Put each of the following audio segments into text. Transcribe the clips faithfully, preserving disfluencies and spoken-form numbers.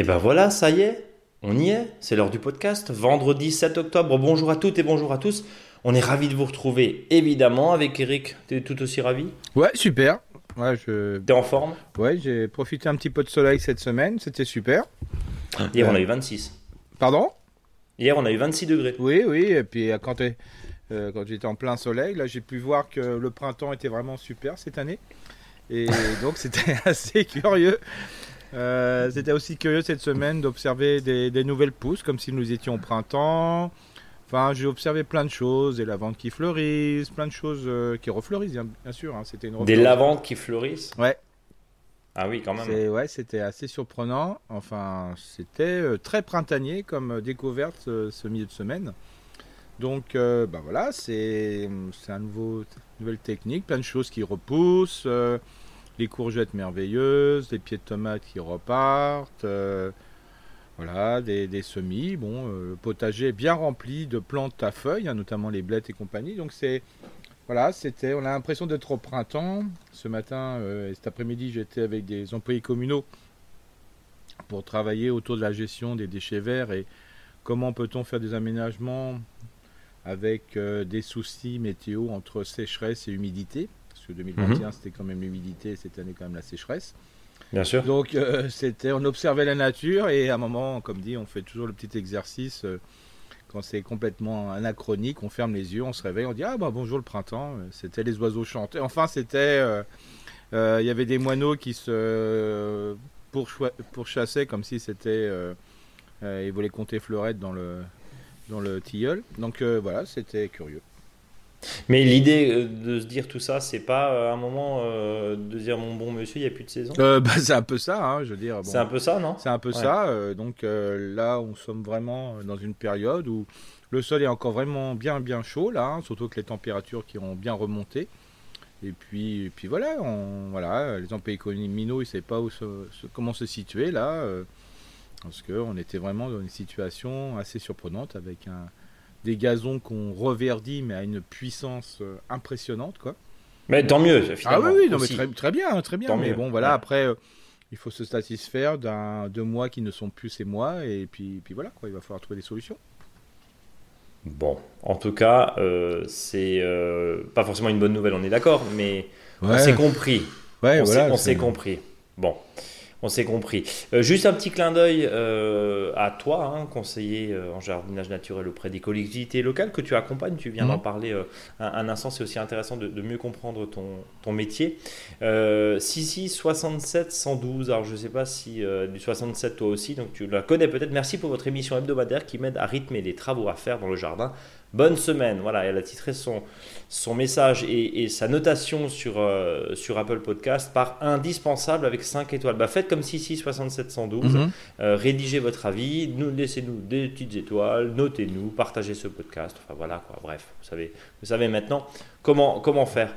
Et ben voilà, ça y est, on y est, c'est l'heure du podcast. Vendredi sept octobre, bonjour à toutes et bonjour à tous. On est ravis de vous retrouver, évidemment, avec Eric. T'es tout aussi ravi? Ouais, super. Ouais, je... T'es en forme? ouais, j'ai profité un petit peu de soleil cette semaine, c'était super. Hier, Euh, on a eu vingt-six. Pardon? Hier, on a eu vingt-six degrés. Oui, oui, et puis euh, quand, t'es- euh, quand j'étais en plein soleil, là j'ai pu voir que le printemps était vraiment super cette année. Et donc c'était assez curieux. Euh, c'était aussi curieux cette semaine d'observer des, des nouvelles pousses, comme si nous étions au printemps. Enfin, j'ai observé plein de choses, des lavandes qui fleurissent, plein de choses euh, qui refleurissent, bien, bien sûr. Hein, c'était une Des refleurisse. lavandes qui fleurissent? Ouais, Ah oui, quand même. c'est, ouais, c'était assez surprenant. Enfin, c'était euh, très printanier comme euh, découverte euh, ce milieu de semaine. Donc, euh, bah voilà, c'est, c'est un nouveau, une nouvelle technique, plein de choses qui repoussent, euh, les courgettes merveilleuses, les pieds de tomates qui repartent, euh, voilà, des, des semis. Bon, euh, le potager est bien rempli de plantes à feuilles, hein, notamment les blettes et compagnie. Donc, c'est, voilà, c'était, on a l'impression d'être au printemps. Ce matin euh, et cet après-midi, j'étais avec des employés communaux pour travailler autour de la gestion des déchets verts et comment peut-on faire des aménagements avec euh, des soucis météo entre sécheresse et humidité. Parce que deux mille vingt et un, Mhm. c'était quand même l'humidité, et cette année quand même la sécheresse. Bien sûr. Donc, euh, c'était, on observait la nature et à un moment, comme dit, on fait toujours le petit exercice. euh, Quand c'est complètement anachronique, on ferme les yeux, on se réveille, on dit ah bah bonjour le printemps. C'était les oiseaux chantaient. Enfin, c'était, euh, euh, il y avait des moineaux qui se pourchoi- pourchassaient comme si c'était, euh, euh, ils voulaient compter fleurettes dans le dans le tilleul. Donc euh, voilà, c'était curieux. Mais l'idée euh, de se dire tout ça, c'est pas euh, un moment euh, de dire mon bon monsieur, il n'y a plus de saison? Euh, bah, c'est un peu ça, hein, je veux dire. C'est un Bon, peu ça, non? c'est un peu Ouais. ça. euh, donc euh, là, on sommes vraiment dans une période où le sol est encore vraiment bien bien chaud là, hein, surtout que les températures qui ont bien remonté. Et puis, et puis voilà, on, voilà, les employés communaux, ils ne savaient pas où se, se- comment se situer là, euh, parce qu'on était vraiment dans une situation assez surprenante avec un, des gazons qu'on reverdit, mais à une puissance euh, impressionnante, quoi. Mais tant mieux, Ah oui, finalement, oui, non, mais aussi. très, très bien, hein, très bien. Tant Mais mieux. bon, voilà, Ouais. après, euh, il faut se satisfaire d'un, de mois qui ne sont plus ces mois, et puis, puis voilà, quoi, il va falloir trouver des solutions. Bon, en tout cas, euh, c'est euh, pas forcément une bonne nouvelle, on est d'accord, mais on s'est Ouais, compris. ouais, On s'est, voilà. on c'est- s'est compris. Bon, on s'est compris. Euh, juste un petit clin d'œil euh, à toi, hein, conseiller euh, en jardinage naturel auprès des collectivités locales que tu accompagnes. Tu viens d'en Mhm. parler euh, un, un instant, c'est aussi intéressant de, de mieux comprendre ton, ton métier. Euh, Sissi soixante-sept cent douze, alors je ne sais pas si euh, du soixante-sept toi aussi, donc tu la connais peut-être. Merci pour votre émission hebdomadaire qui m'aide à rythmer les travaux à faire dans le jardin. Bonne semaine, voilà, elle a titré son, son message et, et sa notation sur, euh, sur Apple Podcast par indispensable avec cinq étoiles. Bah, faites comme Sissi soixante-sept cent douze, Mhm. euh, rédigez votre avis, nous, laissez-nous des petites étoiles, notez-nous, partagez ce podcast, enfin voilà quoi, bref, vous savez, vous savez maintenant comment, comment faire.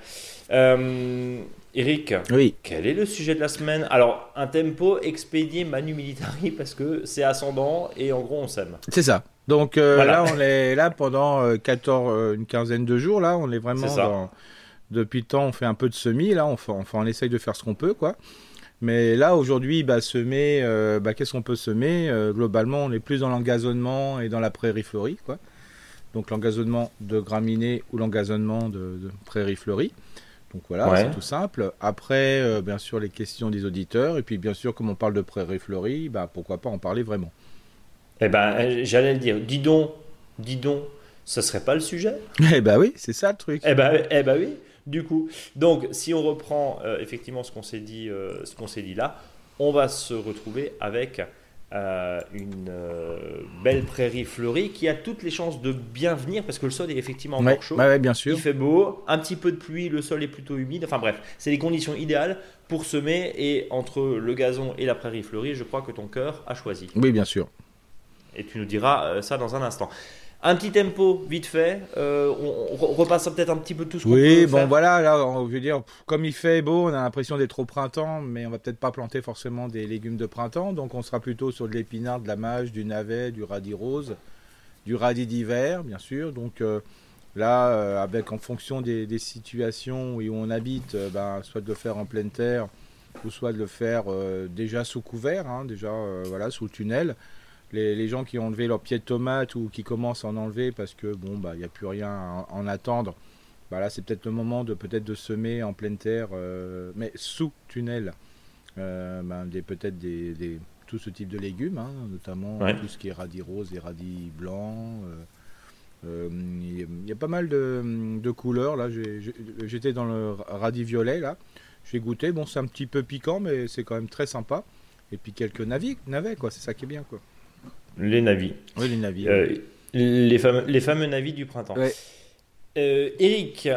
Euh, Eric, Oui, quel est le sujet de la semaine? Alors, un tempo expédié manu militari parce que c'est ascendant et en gros on s'aime. c'est ça. Donc euh, Voilà, là, on est là pendant euh, quatorze, euh, une quinzaine de jours. Là, on est c'est vraiment ça. dans. Depuis le temps, on fait un peu de semis. Là, on, fait- enfin, on essaye de faire ce qu'on peut, quoi. Mais là, aujourd'hui, bah, semer, euh, bah, qu'est-ce qu'on peut semer? Euh, globalement, on est plus dans l'engazonnement et dans la prairie fleurie, quoi. Donc l'engazonnement de graminées ou l'engazonnement de, de prairie fleurie. Donc voilà, Ouais. c'est tout simple. Après, euh, bien sûr, les questions des auditeurs. Et puis, bien sûr, comme on parle de prairie fleurie, bah, pourquoi pas en parler vraiment. Eh ben, j'allais le dire. Dis donc, dis donc, ce serait pas le sujet? Eh bah oui, c'est ça le truc. Eh ben, eh ben oui, du coup. Donc, si on reprend euh, effectivement ce qu'on s'est dit, euh, ce qu'on s'est dit là, on va se retrouver avec euh, une euh, belle prairie fleurie qui a toutes les chances de bien venir parce que le sol est effectivement Ouais, encore chaud. ouais, ouais, bien Il sûr. fait beau, un petit peu de pluie, le sol est plutôt humide. Enfin bref, c'est les conditions idéales pour semer. Et entre le gazon et la prairie fleurie, je crois que ton cœur a choisi. Oui, bien sûr. Et tu nous diras euh, ça dans un instant. Un petit tempo, vite fait. Euh, on, on repasse peut-être un petit peu tout ce qu'on Oui, peut bon faire. voilà, là, on- je veux dire, pff, comme il fait beau, on a l'impression d'être au printemps, mais on va peut-être pas planter forcément des légumes de printemps, donc on sera plutôt sur de l'épinard, de la mâche, du navet, du radis rose, du radis d'hiver, bien sûr. Donc euh, là, euh, avec en fonction des, des situations où on habite, euh, ben, soit de le faire en pleine terre, ou soit de le faire euh, déjà sous couvert, hein, déjà euh, voilà, sous le tunnel. Les, les gens qui ont enlevé leurs pieds de tomates ou qui commencent à en enlever parce que bon bah il n'y a plus rien à en attendre, bah là c'est peut-être le moment de peut-être de semer en pleine terre, euh, mais sous tunnel, euh, bah, des, peut-être des, des, tout ce type de légumes, hein, notamment ouais. tout ce qui est radis roses et radis blancs. Euh, euh, il y a pas mal de, de couleurs là. J'ai, j'étais dans le radis violet là. J'ai goûté. Bon, c'est un petit peu piquant, mais c'est quand même très sympa. Et puis quelques navis, navets quoi. C'est ça qui est bien quoi. Les navis. Oui, les navis. Euh, oui. les, fameux, les fameux navis du printemps. Ouais. Euh, Eric,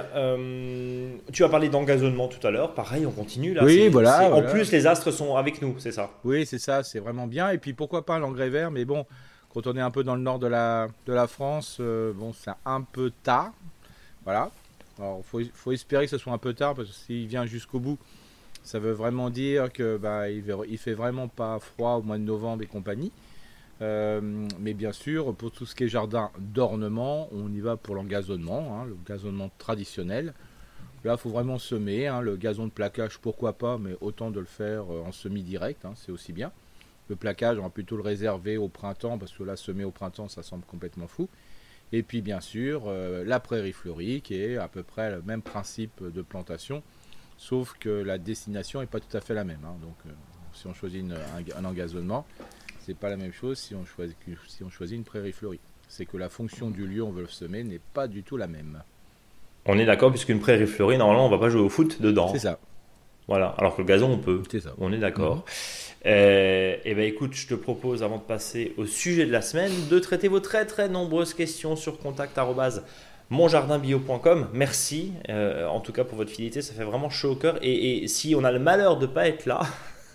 euh, tu as parlé d'engazonnement tout à l'heure. Pareil, on continue là. Oui, c'est, voilà, c'est... voilà. En plus, les astres sont avec nous, c'est ça. Oui, c'est ça. C'est vraiment bien. Et puis pourquoi pas l'engrais vert, mais bon. Quand on est un peu dans le nord de la, de la France, euh, bon, c'est un peu tard. Voilà. Alors, il faut, faut espérer que ce soit un peu tard, parce que s'il vient jusqu'au bout, ça veut vraiment dire que bah, il, il fait vraiment pas froid au mois de novembre et compagnie. Euh, mais bien sûr, pour tout ce qui est jardin d'ornement, on y va pour l'engazonnement, hein, le gazonnement traditionnel. Là, il faut vraiment semer. Hein, le gazon de plaquage, pourquoi pas, mais autant de le faire en semi-direct, hein, c'est aussi bien. Le plaquage, on va plutôt le réserver au printemps, parce que là, semer au printemps, ça semble complètement fou. Et puis, bien sûr, euh, la prairie fleurie, qui est à peu près le même principe de plantation, sauf que la destination n'est pas tout à fait la même. Hein. Donc, euh, si on choisit une, un, un engazonnement, c'est pas la même chose si on, choisit, si on choisit une prairie fleurie. C'est que la fonction du lieu où on veut le semer n'est pas du tout la même. On est d'accord, puisqu'une prairie fleurie, normalement, on ne va pas jouer au foot dedans. C'est ça. Voilà, alors que le gazon, on peut. C'est ça. On est d'accord. Mmh. Euh, et ben écoute, je te propose, avant de passer au sujet de la semaine, de traiter vos très très nombreuses questions sur contact arobase mon jardin bio point com. Merci, euh, en tout cas pour votre fidélité, ça fait vraiment chaud au cœur. Et, et si on a le malheur de ne pas être là,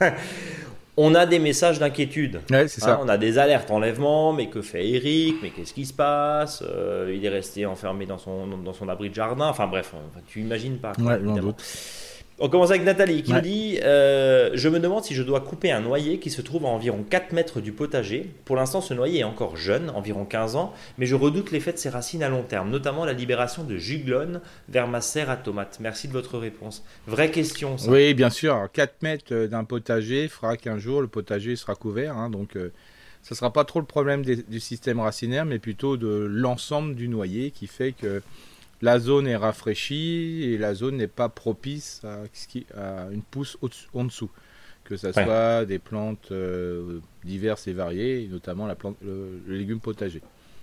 on a des messages d'inquiétude. Ouais, c'est ça. Hein, on a des alertes enlèvement, mais que fait Eric? Mais qu'est-ce qui se passe? euh, Il est resté enfermé dans son, dans son abri de jardin. Enfin bref, enfin, tu imagines pas. Quoi, ouais, évidemment. On commence avec Nathalie qui ouais. nous dit euh, « Je me demande si je dois couper un noyer qui se trouve à environ quatre mètres du potager. Pour l'instant, ce noyer est encore jeune, environ quinze ans, mais je redoute l'effet de ses racines à long terme, notamment la libération de juglone vers ma serre à tomates. Merci de votre réponse. » Vraie question, ça. Oui, bien sûr. Alors, quatre mètres d'un potager fera qu'un jour, le potager sera couvert. Hein, donc, euh, ce ne sera pas trop le problème des, du système racinaire, mais plutôt de l'ensemble du noyer qui fait que la zone est rafraîchie et la zone n'est pas propice à, à une pousse en dessous. Que ce soit ouais. des plantes euh, diverses et variées, et notamment la plante, le, le légume potager.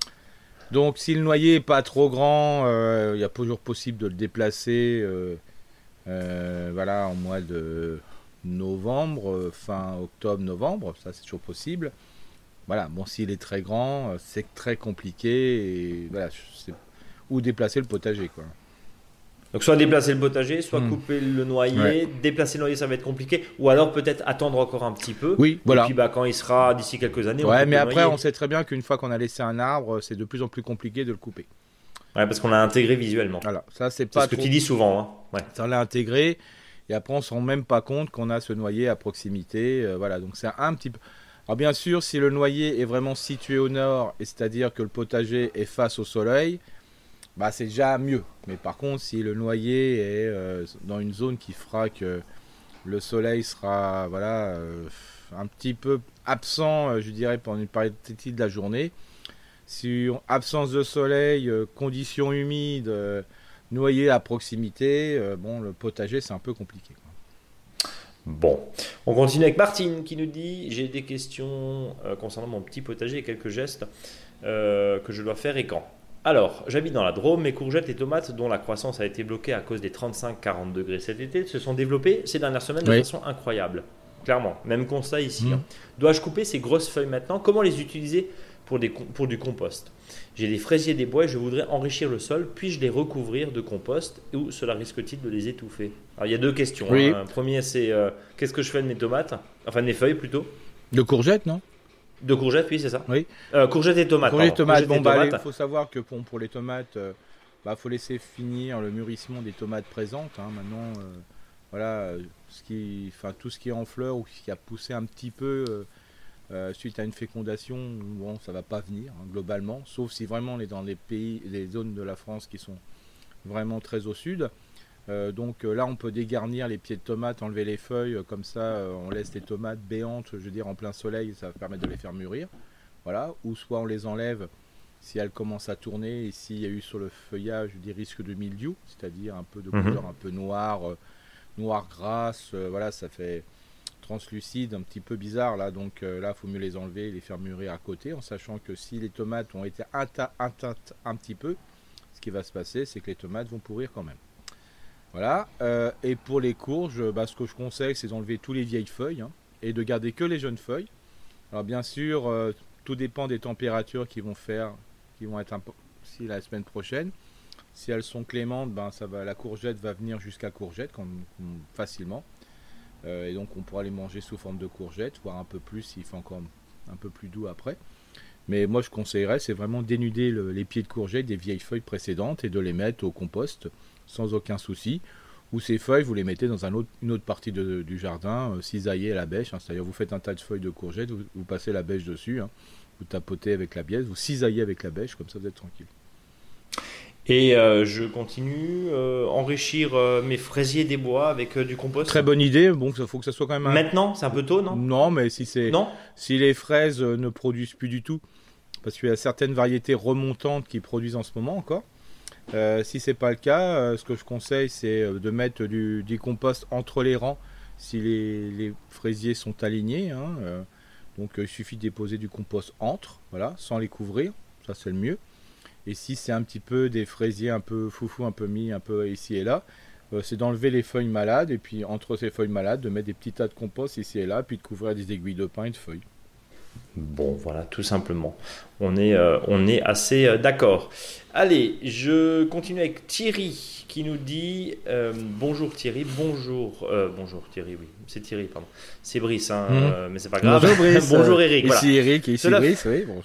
Donc si le noyer n'est pas trop grand, euh, il y a toujours possible de le déplacer euh, euh, voilà, en mois de novembre, fin octobre-novembre, ça c'est toujours possible. Voilà, bon, s'il est très grand, c'est très compliqué et voilà, c'est ou déplacer le potager, quoi. Donc soit déplacer le potager, soit mmh. couper le noyer. Ouais. Déplacer le noyer, ça va être compliqué. Ou alors peut-être attendre encore un petit peu. Oui, voilà. Et puis bah, quand il sera d'ici quelques années, ouais, on mais après, on sait très bien qu'une fois qu'on a laissé un arbre, c'est de plus en plus compliqué de le couper. Ouais, parce qu'on l'a intégré visuellement. Voilà, ça c'est pas. C'est ce trop... que tu dis souvent. Hein. Ouais. Ça on l'a intégré et après on ne se rend même pas compte qu'on a ce noyer à proximité. Euh, voilà, donc c'est un petit peu. Alors bien sûr, si le noyer est vraiment situé au nord, et c'est-à-dire que le potager est face au soleil, bah, c'est déjà mieux. Mais par contre, si le noyer est euh, dans une zone qui fera que le soleil sera voilà, euh, un petit peu absent, euh, je dirais, pendant une partie de la journée, si on, absence de soleil, euh, conditions humides, euh, noyer à proximité, euh, bon, le potager, c'est un peu compliqué. Bon, on continue avec Martine qui nous dit « J'ai des questions euh, concernant mon petit potager et quelques gestes euh, que je dois faire et quand ?» Alors, j'habite dans la Drôme, mes courgettes et tomates, dont la croissance a été bloquée à cause des trente-cinq à quarante degrés cet été, se sont développées ces dernières semaines de oui. façon incroyable. Clairement, même constat ici. Mmh. Hein. Dois-je couper ces grosses feuilles maintenant? Comment les utiliser pour, des, pour du compost? J'ai des fraisiers des bois et je voudrais enrichir le sol, puis-je les recouvrir de compost ou cela risque-t-il de les étouffer? Alors, il y a deux questions. Oui. Hein. Premier, c'est euh, qu'est-ce que je fais de mes tomates? Enfin, de mes feuilles plutôt. De courgettes, non? De courgettes, oui, c'est ça. Oui. Euh, courgettes et tomates. Courgettes et tomates. Bon, bah, il faut savoir que pour, pour les tomates, il euh, bah, faut laisser finir le mûrissement des tomates présentes. Hein. Maintenant, euh, voilà, ce qui, enfin, tout ce qui est en fleurs ou ce qui a poussé un petit peu euh, euh, suite à une fécondation, bon, ça va pas venir hein, globalement, sauf si vraiment on est dans les pays, les zones de la France qui sont vraiment très au sud. Euh, donc euh, là, on peut dégarnir les pieds de tomates, enlever les feuilles, euh, comme ça, euh, on laisse les tomates béantes, je veux dire, en plein soleil, ça va permettre de les faire mûrir. Voilà. Ou soit on les enlève si elles commencent à tourner et s'il y a eu sur le feuillage des risques de mildiou, c'est-à-dire un peu de Mhm. couleur un peu noire, euh, noire grasse, euh, voilà, ça fait translucide, un petit peu bizarre là, donc euh, là, il faut mieux les enlever et les faire mûrir à côté, en sachant que si les tomates ont été atteintes un petit peu, ce qui va se passer, c'est que les tomates vont pourrir quand même. Voilà. Euh, et pour les courges, bah, ce que je conseille, c'est d'enlever tous les vieilles feuilles, hein, et de garder que les jeunes feuilles. Alors bien sûr, euh, tout dépend des températures qui vont faire, qui vont être impo- si la semaine prochaine. Si elles sont clémentes, ben ça va, la courgette va venir jusqu'à courgette comme, comme facilement. Euh, et donc on pourra les manger sous forme de courgette, voire un peu plus s'il fait encore un peu plus doux après. Mais moi je conseillerais, c'est vraiment dénuder le- les pieds de courgette des vieilles feuilles précédentes et de les mettre au compost sans aucun souci. Ou ces feuilles, vous les mettez dans un autre, une autre partie de- du jardin, euh, cisaillées à la bêche, hein, c'est-à-dire vous faites un tas de feuilles de courgettes, vous, vous passez la bêche dessus, hein, vous tapotez avec la bielle, vous cisaillez avec la bêche, comme ça vous êtes tranquille. Et euh, je continue euh, enrichir euh, mes fraisiers des bois avec euh, du compost. Très bonne idée, bon, il faut que ça soit quand même un... Maintenant, c'est un peu tôt, non? Non, mais si, c'est, Non? si les fraises euh, ne produisent plus du tout, parce qu'il y a certaines variétés remontantes qui produisent en ce moment encore. Euh, si c'est pas le cas, euh, ce que je conseille, c'est euh, de mettre du, du compost entre les rangs si les, les fraisiers sont alignés, hein, euh, donc euh, il suffit de déposer du compost entre, voilà, sans les couvrir, ça c'est le mieux. Et si c'est un petit peu des fraisiers un peu foufou, un peu mis, un peu ici et là, euh, c'est d'enlever les feuilles malades et puis entre ces feuilles malades de mettre des petits tas de compost ici et là, puis de couvrir des aiguilles de pin et de feuilles. Bon, voilà, tout simplement. On est, euh, on est assez euh, d'accord. Allez, je continue avec Thierry qui nous dit euh, bonjour Thierry, bonjour, euh, bonjour Thierry, oui, c'est Thierry, pardon. C'est Brice, hein, Mhm. euh, mais c'est pas grave. Bonjour Brice. Bonjour Eric. Voilà. Ici Eric et ici Cela- Brice, oui. Bon.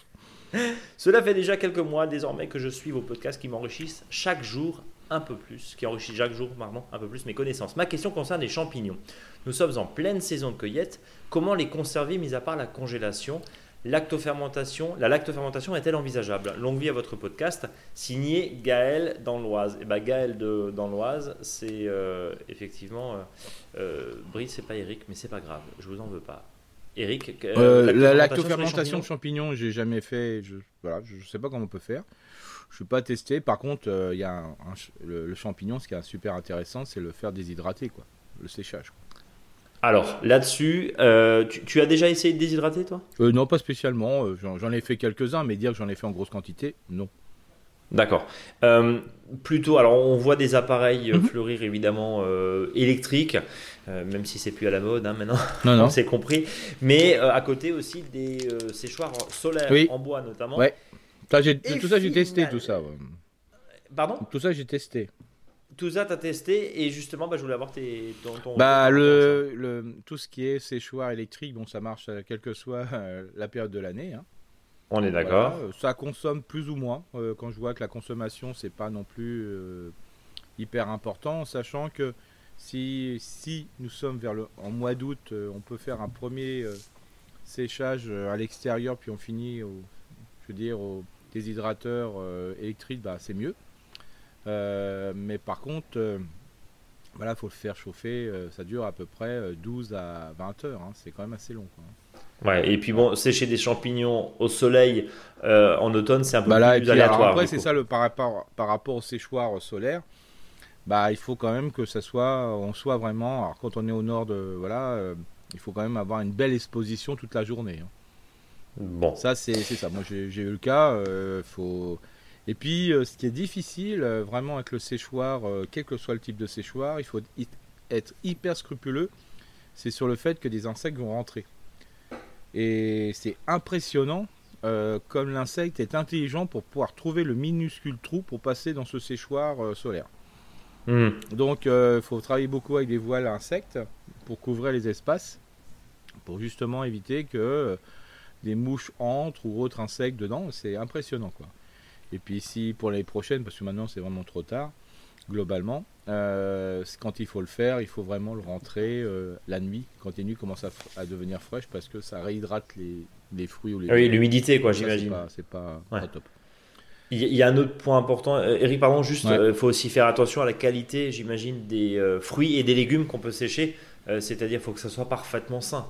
Cela fait déjà quelques mois désormais que je suis vos podcasts qui m'enrichissent chaque jour un peu plus, qui enrichissent chaque jour pardon, un peu plus mes connaissances. Ma question concerne les champignons. Nous sommes en pleine saison de cueillette. Comment les conserver, mis à part la congélation? Lactofermentation, la lactofermentation est-elle envisageable? Longue vie à votre podcast. Signé Gaël dans l'Oise. Et ben Gaël de, dans l'Oise, c'est euh, effectivement euh, euh, Brice, c'est pas Eric, mais c'est pas grave, je vous en veux pas. Eric, euh, Euh, la lactofermentation lactofermentation sur de les champignons, j'ai jamais fait. Je, voilà, je sais pas comment on peut faire. Je suis pas testé. Par contre, euh, il y a un, un ch- le, le champignon, ce qui est super intéressant, c'est le faire déshydrater, quoi, le séchage. Quoi. Alors, là-dessus, euh, tu, tu as déjà essayé de déshydrater, toi? Euh, non, pas spécialement. euh, J'en, j'en ai fait quelques-uns, mais dire que j'en ai fait en grosse quantité, non. D'accord. Euh, plutôt, alors on voit des appareils euh, Mhm. fleurir évidemment euh, électriques, euh, même si c'est plus à la mode hein, maintenant, Non, on non. s'est compris. Mais euh, à côté aussi des euh, séchoirs solaires Oui. en bois notamment. Ouais. Ça, j'ai, Et tout ça, j'ai testé, final- tout ça. ouais. Pardon? Tout ça, j'ai testé. Tout ça, tu as testé et justement, bah, je voulais avoir tes, ton, ton Bah, retour le, le, tout ce qui est séchoir électrique, bon, ça marche euh, quelle que soit euh, la période de l'année. Hein. On est d'accord. Voilà, euh, ça consomme plus ou moins. euh, quand je vois que la consommation, c'est pas non plus euh, hyper important, sachant que si, si nous sommes vers le en mois d'août, euh, on peut faire un premier euh, séchage euh, à l'extérieur, puis on finit au, je veux dire, au déshydrateur euh, électrique, bah, c'est mieux. Euh, mais par contre, euh, voilà, faut le faire chauffer. euh, ça dure à peu près euh, douze à vingt heures. Hein, c'est quand même assez long. Quoi. Ouais, et puis bon, sécher des champignons au soleil euh, en automne, c'est un peu Bah là, et plus puis, alors aléatoire. après, du c'est coup. ça le par rapport, par rapport au séchoir solaire. Bah, il faut quand même que ça soit, on soit vraiment. Alors quand on est au nord de, voilà, euh, il faut quand même avoir une belle exposition toute la journée. Hein. Bon. Ça, c'est, c'est ça. Moi, j'ai, j'ai eu le cas. euh, faut. Et puis, euh, ce qui est difficile, euh, vraiment avec le séchoir, euh, quel que soit le type de séchoir, il faut y- être hyper scrupuleux. C'est sur le fait que des insectes vont rentrer. Et c'est impressionnant euh, comme l'insecte est intelligent pour pouvoir trouver le minuscule trou pour passer dans ce séchoir euh, solaire. Hmm. Donc il euh, faut travailler beaucoup avec des voiles à insectes pour couvrir les espaces, pour justement éviter que euh, des mouches entrent ou autres insectes dedans. C'est impressionnant, quoi. Et puis ici pour les prochaines, parce que maintenant c'est vraiment trop tard, globalement, euh, quand il faut le faire, il faut vraiment le rentrer euh, la nuit, quand les nuits commencent à, à devenir fraîches, parce que ça réhydrate les, les fruits ou les Ah oui, légumes. l'humidité, quoi, Ça, j'imagine. C'est pas, c'est pas, Ouais. pas top. Il y a un autre point important, euh, Eric, pardon, juste, il Ouais. euh, faut aussi faire attention à la qualité, j'imagine, des euh, fruits et des légumes qu'on peut sécher. Euh, c'est-à-dire, il faut que ça soit parfaitement sain.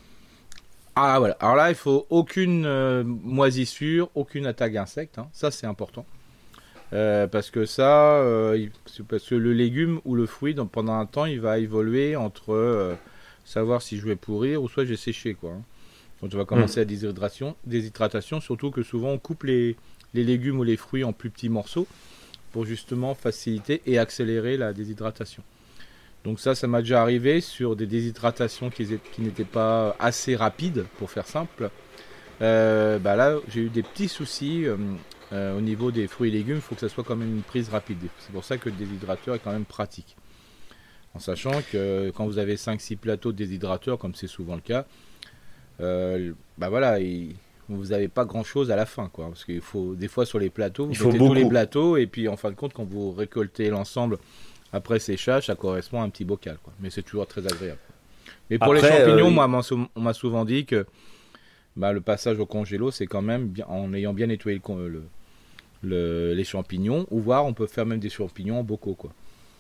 Ah voilà, alors là il faut aucune euh, moisissure, aucune attaque d'insectes, hein. Ça c'est important. Euh, parce que ça, euh, il- c'est parce que le légume ou le fruit, donc, pendant un temps, il va évoluer entre euh, savoir si je vais pourrir ou soit j'ai séché, quoi, hein. Donc, on va commencer Mm. la déshydratation, déshydratation, surtout que souvent on coupe les, les légumes ou les fruits en plus petits morceaux pour justement faciliter et accélérer la déshydratation. Donc ça, ça m'a déjà arrivé sur des déshydratations qui, étaient- qui n'étaient pas assez rapides, pour faire simple. Euh, bah là, j'ai eu des petits soucis euh, euh, au niveau des fruits et légumes. Il faut que ça soit quand même une prise rapide. C'est pour ça que le déshydrateur est quand même pratique. En sachant que quand vous avez cinq six plateaux de déshydrateur, comme c'est souvent le cas, euh, bah voilà, il- vous n'avez pas grand-chose à la fin, quoi. Parce qu'il faut, des fois sur les plateaux, vous Il faut mettez tous les beaucoup. plateaux et puis en fin de compte, quand vous récoltez l'ensemble après séchage, ça correspond à un petit bocal, quoi. Mais c'est toujours très agréable. Mais pour les Après, champignons, euh, moi, on m'a sou- on m'a souvent dit que bah, le passage au congélo, c'est quand même bien, en ayant bien nettoyé le, con- le- le- les champignons, ou voire on peut faire même des champignons en bocaux, quoi.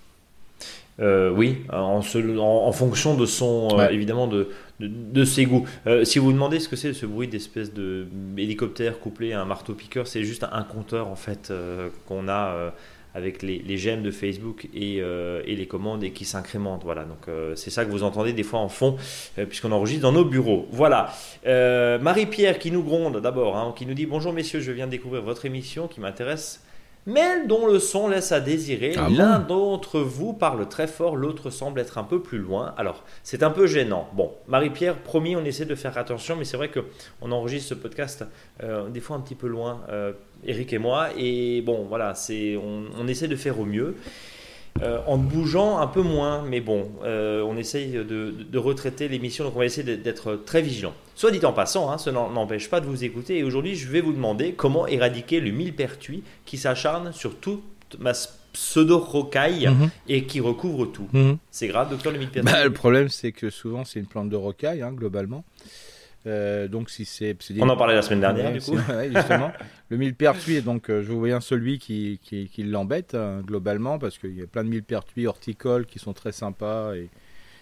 Euh, oui, en, se- en- en fonction de son, euh, Ouais. évidemment, de, de, de ses goûts. Euh, si vous vous demandez ce que c'est ce bruit d'espèce de hélicoptère couplé à un marteau-piqueur, c'est juste un compteur en fait euh, qu'on a euh, avec les, les j'aime de Facebook et, euh, et les commandes et qui s'incrémentent. Voilà, donc euh, c'est ça que vous entendez des fois en fond euh, puisqu'on enregistre dans nos bureaux. Voilà. Euh, Marie-Pierre qui nous gronde d'abord, hein, qui nous dit bonjour messieurs, je viens de découvrir votre émission qui m'intéresse mais dont le son laisse à désirer. Ah L'un bon? d'entre vous parle très fort, l'autre semble être un peu plus loin. Alors, c'est un peu gênant. Bon, Marie-Pierre, promis, on essaie de faire attention, mais c'est vrai qu'on enregistre ce podcast euh, des fois un petit peu loin, euh, Eric et moi, et bon, voilà, c'est, on, on essaie de faire au mieux. Euh, en bougeant un peu moins, mais bon, euh, on essaye de, de, de retraiter l'émission, donc on va essayer d'être très vigilant. Soit dit en passant, hein, cela n'empêche pas de vous écouter, et aujourd'hui je vais vous demander comment éradiquer le millepertuis qui s'acharne sur toute ma pseudo-rocaille Mhm. et qui recouvre tout. Mhm. C'est grave, docteur, le millepertuis? Bah, le problème, c'est que souvent, c'est une plante de rocaille, hein, globalement. Euh, donc, si c'est. c'est des- On en parlait la semaine dernière, Ouais, du coup. c'est- ouais, justement. Le millepertuis est donc, euh, je vous bien celui qui, qui, qui l'embête, hein, globalement, parce qu'il y a plein de millepertuis horticoles qui sont très sympas et,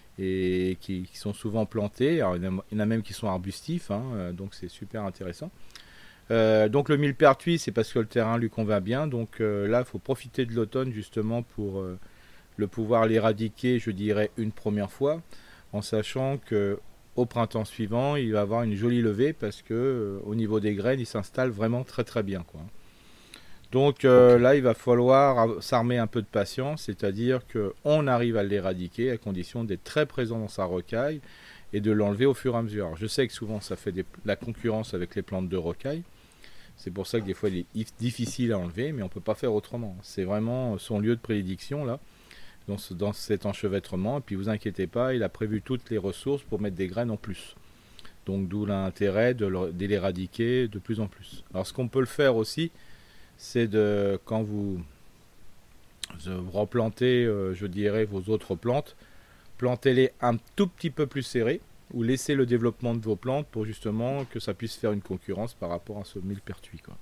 et qui, qui sont souvent plantés. Alors, il y en a, il y en a même qui sont arbustifs, hein, euh, donc c'est super intéressant. Euh, donc, le millepertuis, c'est parce que le terrain lui convient bien. Donc, euh, là, il faut profiter de l'automne, justement, pour euh, le pouvoir l'éradiquer, je dirais, une première fois, en sachant que au printemps suivant, il va avoir une jolie levée parce que euh, au niveau des graines, il s'installe vraiment très très bien, quoi. Donc euh, Ok. là, il va falloir av- s'armer un peu de patience, c'est-à-dire que on arrive à l'éradiquer à condition d'être très présent dans sa rocaille et de l'enlever au fur et à mesure. Alors, je sais que souvent ça fait des- la concurrence avec les plantes de rocaille. C'est pour ça que des fois il est if- difficile à enlever, mais on peut pas faire autrement. C'est vraiment son lieu de prédilection là, dans, ce- dans cet enchevêtrement. Et puis vous inquiétez pas, il a prévu toutes les ressources pour mettre des graines en plus. Donc d'où l'intérêt de, le- de l'éradiquer de plus en plus. Alors ce qu'on peut le faire aussi, c'est de quand vous, vous replantez, euh, je dirais, vos autres plantes, plantez-les un tout petit peu plus serrées ou laissez le développement de vos plantes pour justement que ça puisse faire une concurrence par rapport à ce millepertuis, quoi.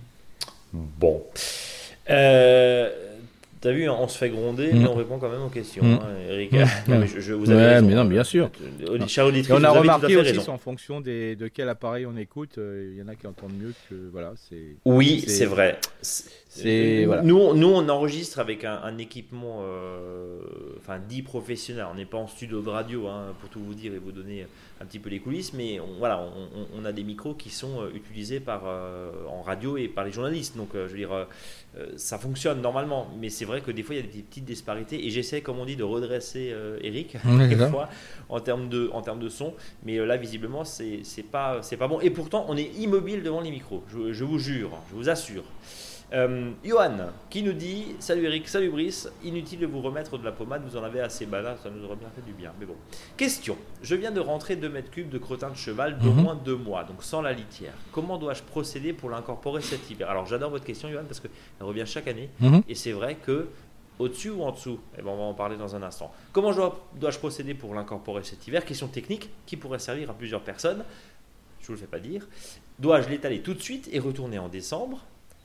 Bon. Euh, T'as vu, on se fait gronder, Mm. mais on répond quand même aux questions, Mm. hein, Eric. Mm. Non, mais je, je- vous avez Ouais, raison, mais non, hein. bien sûr. Euh, Chère Et auditrice, on vous a avez tout à remarqué fait aussi, raison. c'est en fonction des, de quel appareil on écoute. euh, Il y en a qui entendent mieux que voilà. C'est Oui, c'est- c'est vrai. C'est- c'est- voilà. Nous, on- nous, on enregistre avec un, un équipement euh, enfin, dit professionnel. On n'est pas en studio de radio, hein, pour tout vous dire et vous donner un petit peu les coulisses, mais on, voilà, on, on- on a des micros qui sont euh, utilisés par, euh, en radio et par les journalistes. Donc, euh, je veux dire, euh, euh, ça fonctionne normalement. Mais c'est vrai que des fois, il y a des petites disparités. Et j'essaie, comme on dit, de redresser euh, Eric, Ouais, des c'est ça. fois, en termes de, en termes de son. Mais euh, là, visiblement, c'est c'est pas, c'est pas bon. Et pourtant, on est immobile devant les micros. Je, je vous jure, je vous assure. Euh, Johan qui nous dit salut Eric, salut Brice, inutile de vous remettre de la pommade, vous en avez assez, bah là ça nous aurait bien fait du bien, mais bon. Question, je viens de rentrer deux mètres cubes de crottin de cheval d'au Mhm. moins deux mois, donc sans la litière. Comment dois-je procéder pour l'incorporer cet hiver? Alors j'adore votre question Johan parce qu'elle revient chaque année Mhm. et c'est vrai que au-dessus ou en dessous, eh ben, on va en parler dans un instant. Comment je dois- dois-je procéder pour l'incorporer cet hiver? Question technique qui pourrait servir à plusieurs personnes, je vous le fais pas dire. Dois-je l'étaler tout de suite et retourner en décembre?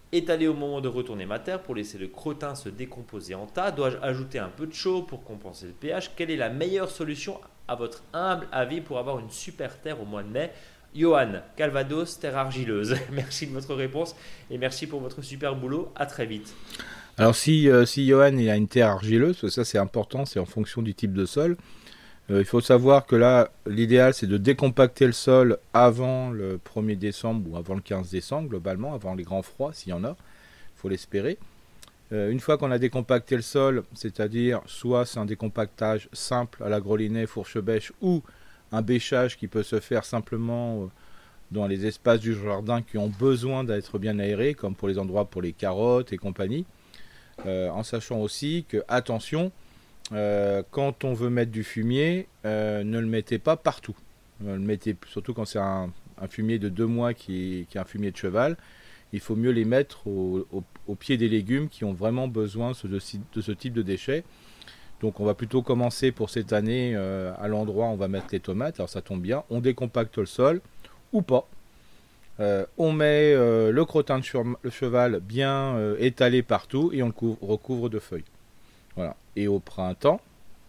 étaler au moment de retourner ma terre pour laisser le crottin se décomposer en tas? Dois-je ajouter un peu de chaux pour compenser le pH? Quelle est la meilleure solution à votre humble avis pour avoir une super terre au mois de mai? Johan, Calvados, terre argileuse. Merci de votre réponse et merci pour votre super boulot. À très vite. Alors si, euh, si Johan il a une terre argileuse, parce que ça c'est important, c'est en fonction du type de sol. Euh, il faut savoir que là, l'idéal c'est de décompacter le sol avant le premier décembre ou avant le quinze décembre, globalement, avant les grands froids, s'il y en a, il faut l'espérer. Euh, une fois qu'on a décompacté le sol, c'est-à-dire soit c'est un décompactage simple à la grelinée, fourche-bêche, ou un bêchage qui peut se faire simplement euh, dans les espaces du jardin qui ont besoin d'être bien aérés, comme pour les endroits pour les carottes et compagnie, euh, en sachant aussi que, attention, Euh, quand on veut mettre du fumier, euh, ne le mettez pas partout. Euh, le mettez, surtout quand c'est un, un fumier de deux mois qui est, qui est un fumier de cheval. Il faut mieux les mettre au, au, au pied des légumes qui ont vraiment besoin de, de ce type de déchets. Donc on va plutôt commencer pour cette année euh, à l'endroit où on va mettre les tomates. Alors ça tombe bien, on décompacte le sol ou pas. Euh, on met euh, le crottin de cheval bien euh, étalé partout et on le couvre, recouvre de feuilles. Voilà. Et au printemps,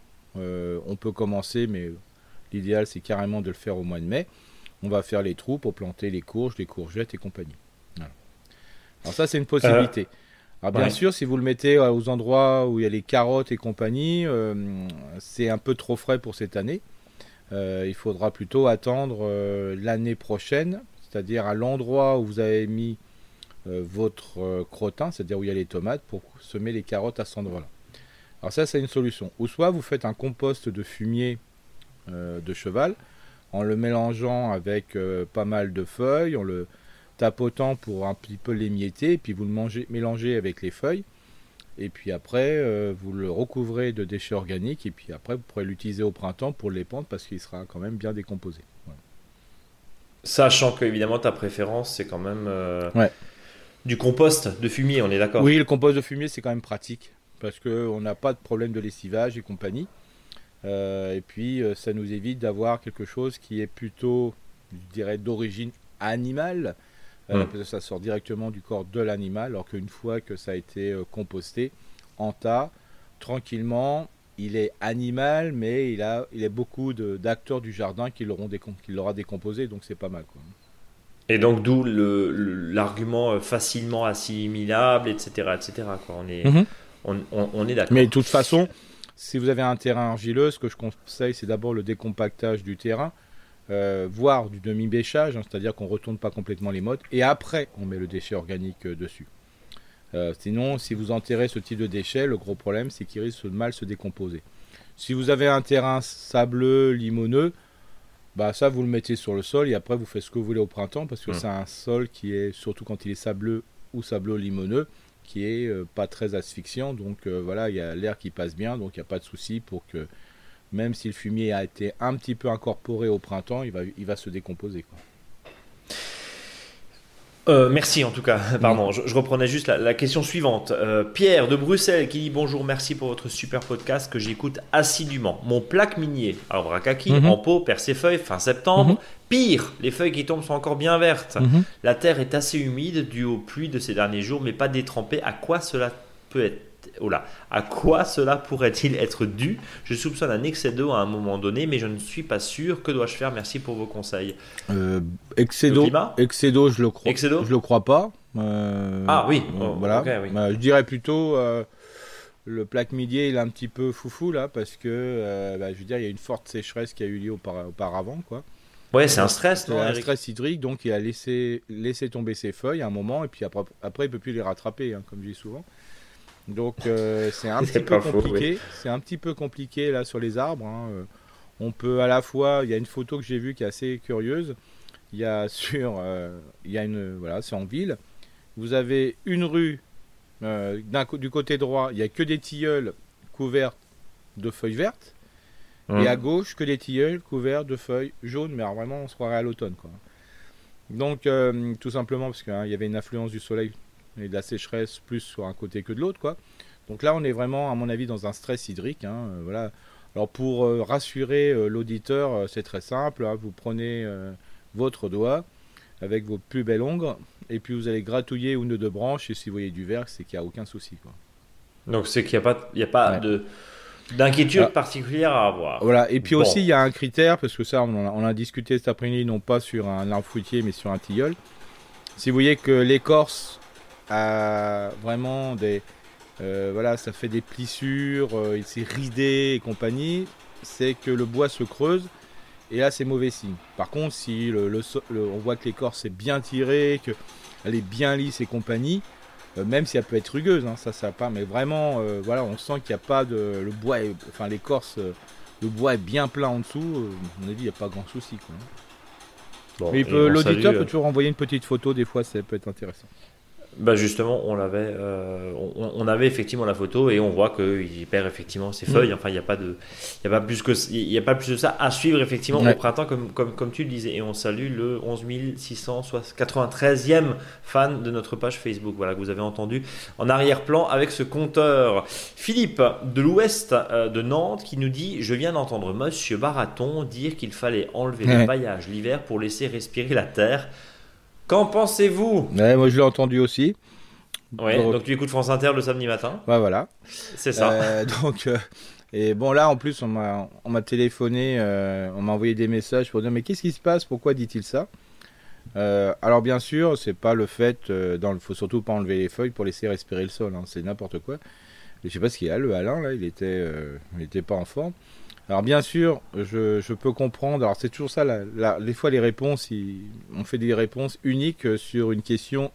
euh, on peut commencer, mais l'idéal c'est carrément de le faire au mois de mai. On va faire les trous pour planter les courges, les courgettes et compagnie. Voilà. Alors ça c'est une possibilité. Euh, Alors bien ouais. sûr, si vous le mettez aux endroits où il y a les carottes et compagnie, euh, c'est un peu trop frais pour cette année. Euh, il faudra plutôt attendre euh, l'année prochaine, c'est-à-dire à l'endroit où vous avez mis euh, votre euh, crottin, c'est-à-dire où il y a les tomates, pour semer les carottes à cet endroit-là. Alors ça, c'est une solution. Ou soit vous faites un compost de fumier euh, de cheval en le mélangeant avec euh, pas mal de feuilles, en le tapotant pour un petit peu l'émietter, et puis vous le mangez, mélangez avec les feuilles, et puis après euh, vous le recouvrez de déchets organiques, et puis après vous pourrez l'utiliser au printemps pour l'épandre parce qu'il sera quand même bien décomposé. Voilà. Sachant que évidemment ta préférence c'est quand même euh, ouais. du compost de fumier, on est d'accord? Oui, le compost de fumier c'est quand même pratique. Parce qu'on n'a pas de problème de lessivage et compagnie. Euh, et puis, euh, ça nous évite d'avoir quelque chose qui est plutôt, je dirais, d'origine animale. Euh, mmh. Parce que ça sort directement du corps de l'animal. Alors qu'une fois que ça a été euh, composté en tas, tranquillement, il est animal, mais il a, il a beaucoup de, d'acteurs du jardin qui l'auront décom- qui l'aura décomposé. Donc, c'est pas mal, quoi. Et donc, d'où le, le, l'argument facilement assimilable, et cetera, et cetera, quoi. On est... Mmh. On, on, on est d'accord. Mais de toute façon, si vous avez un terrain argileux, ce que je conseille, c'est d'abord le décompactage du terrain, euh, voire du demi-bêchage, hein, c'est-à-dire qu'on ne retourne pas complètement les mottes, et après, on met le déchet organique euh, dessus. Euh, sinon, si vous enterrez ce type de déchets, le gros problème, c'est qu'il risque de mal se décomposer. Si vous avez un terrain sableux, limoneux, bah ça, vous le mettez sur le sol, et après, vous faites ce que vous voulez au printemps, parce que mmh. c'est un sol qui est, surtout quand il est sableux ou sableux-limoneux, qui est euh, pas très asphyxiant, donc euh, voilà, il y a l'air qui passe bien, donc il n'y a pas de souci pour que, même si le fumier a été un petit peu incorporé au printemps, il va, il va se décomposer, quoi. Euh, merci en tout cas, pardon, je, je reprenais juste la, la question suivante. Euh, Pierre de Bruxelles qui dit bonjour, merci pour votre super podcast que j'écoute assidûment. Mon plaque minier, alors Rakaki, mm-hmm. en pot, perd ses feuilles fin septembre. Mm-hmm. Pire, les feuilles qui tombent sont encore bien vertes. Mm-hmm. La terre est assez humide due aux pluies de ces derniers jours, mais pas détrempée. À quoi cela peut être Oh là, à quoi cela pourrait-il être dû? Je soupçonne un excès d'eau à un moment donné, mais je ne suis pas sûr. Que dois-je faire? Merci pour vos conseils. Euh, excès d'eau, excès d'eau, je le crois. Excès d'eau? Je le crois pas. Euh, ah oui. Euh, oh, voilà. Okay, oui. Euh, je dirais plutôt euh, le plaque minier, il est un petit peu foufou là, parce que euh, bah, je veux dire, il y a une forte sécheresse qui a eu lieu aupara- auparavant, quoi. Ouais, c'est un stress, c'est non, un Eric stress hydrique, donc il a laissé, laissé tomber ses feuilles à un moment, et puis après, après il peut plus les rattraper, hein, comme je dis souvent. Donc euh, c'est un c'est petit peu faux, compliqué. oui. C'est un petit peu compliqué là sur les arbres. Hein. Euh, on peut à la fois, il y a une photo que j'ai vue qui est assez curieuse. Il y a sur, euh, il y a une, voilà, c'est en ville. Vous avez une rue euh, d'un, du côté droit, il y a que des tilleuls couverts de feuilles vertes, mmh. et à gauche que des tilleuls couverts de feuilles jaunes. Mais alors vraiment, on se croirait à l'automne, quoi. Donc euh, tout simplement parce qu'il hein, y avait une influence du soleil et de la sécheresse plus sur un côté que de l'autre, quoi. Donc là on est vraiment à mon avis dans un stress hydrique, hein, euh, voilà. Alors pour euh, rassurer euh, l'auditeur, euh, c'est très simple, hein, vous prenez euh, votre doigt, avec vos plus belles ongles, et puis vous allez gratouiller une ou deux branches, et si vous voyez du vert, c'est qu'il n'y a aucun souci, quoi. Donc c'est qu'il n'y a pas, il y a pas Ouais. de, d'inquiétude Ah. particulière à avoir. Voilà, et puis Bon. aussi il y a un critère, parce que ça on en a, on a discuté cet après-midi, non pas sur un arbre fruitier mais sur un tilleul. Si vous voyez que l'écorce a vraiment des... euh, voilà, ça fait des plissures, euh, c'est ridé et compagnie, c'est que le bois se creuse, et là c'est mauvais signe. Par contre, si le, le so- le- on voit que l'écorce est bien tirée, qu'elle est bien lisse et compagnie, euh, même si elle peut être rugueuse, hein, ça ça pas, mais vraiment, euh, voilà, on sent qu'il n'y a pas de... Le bois, est- enfin l'écorce, euh, le bois est bien plein en dessous, euh, à mon avis, il n'y a pas grand souci, quoi. Bon, Mais il et peut- on l'auditeur salue, peut toujours envoyer une petite photo, des fois ça peut être intéressant. Bah justement, on l'avait, euh, on, on avait effectivement la photo et on voit qu'il perd effectivement ses feuilles. Enfin, il n'y a pas de, il y a pas plus que, il y a pas plus de ça à suivre effectivement Ouais. au printemps, comme, comme, comme tu le disais. Et on salue le onze mille six cent quatre-vingt-treizième fan de notre page Facebook. Voilà, que vous avez entendu en arrière-plan avec ce compteur. Philippe de l'Ouest euh, de Nantes qui nous dit: je viens d'entendre Monsieur Baraton dire qu'il fallait enlever Ouais. le paillage l'hiver pour laisser respirer la terre. Qu'en pensez-vous? Ouais, moi je l'ai entendu aussi. Ouais, Donc- donc tu écoutes France Inter le samedi matin, Ouais, voilà. c'est ça. Euh, donc, euh, et bon là en plus on m'a, on m'a téléphoné, euh, on m'a envoyé des messages pour dire mais qu'est-ce qui se passe, pourquoi dit-il ça? Euh, alors bien sûr c'est pas le fait, euh, dans le, faut surtout pas enlever les feuilles pour laisser respirer le sol, hein, c'est n'importe quoi. Et je sais pas ce qu'il y a, le Alain là, il était, euh, il était pas en forme. Alors bien sûr, je, je peux comprendre. Alors c'est toujours ça, la, la- des fois les réponses, ils- on fait des réponses uniques euh, sur une question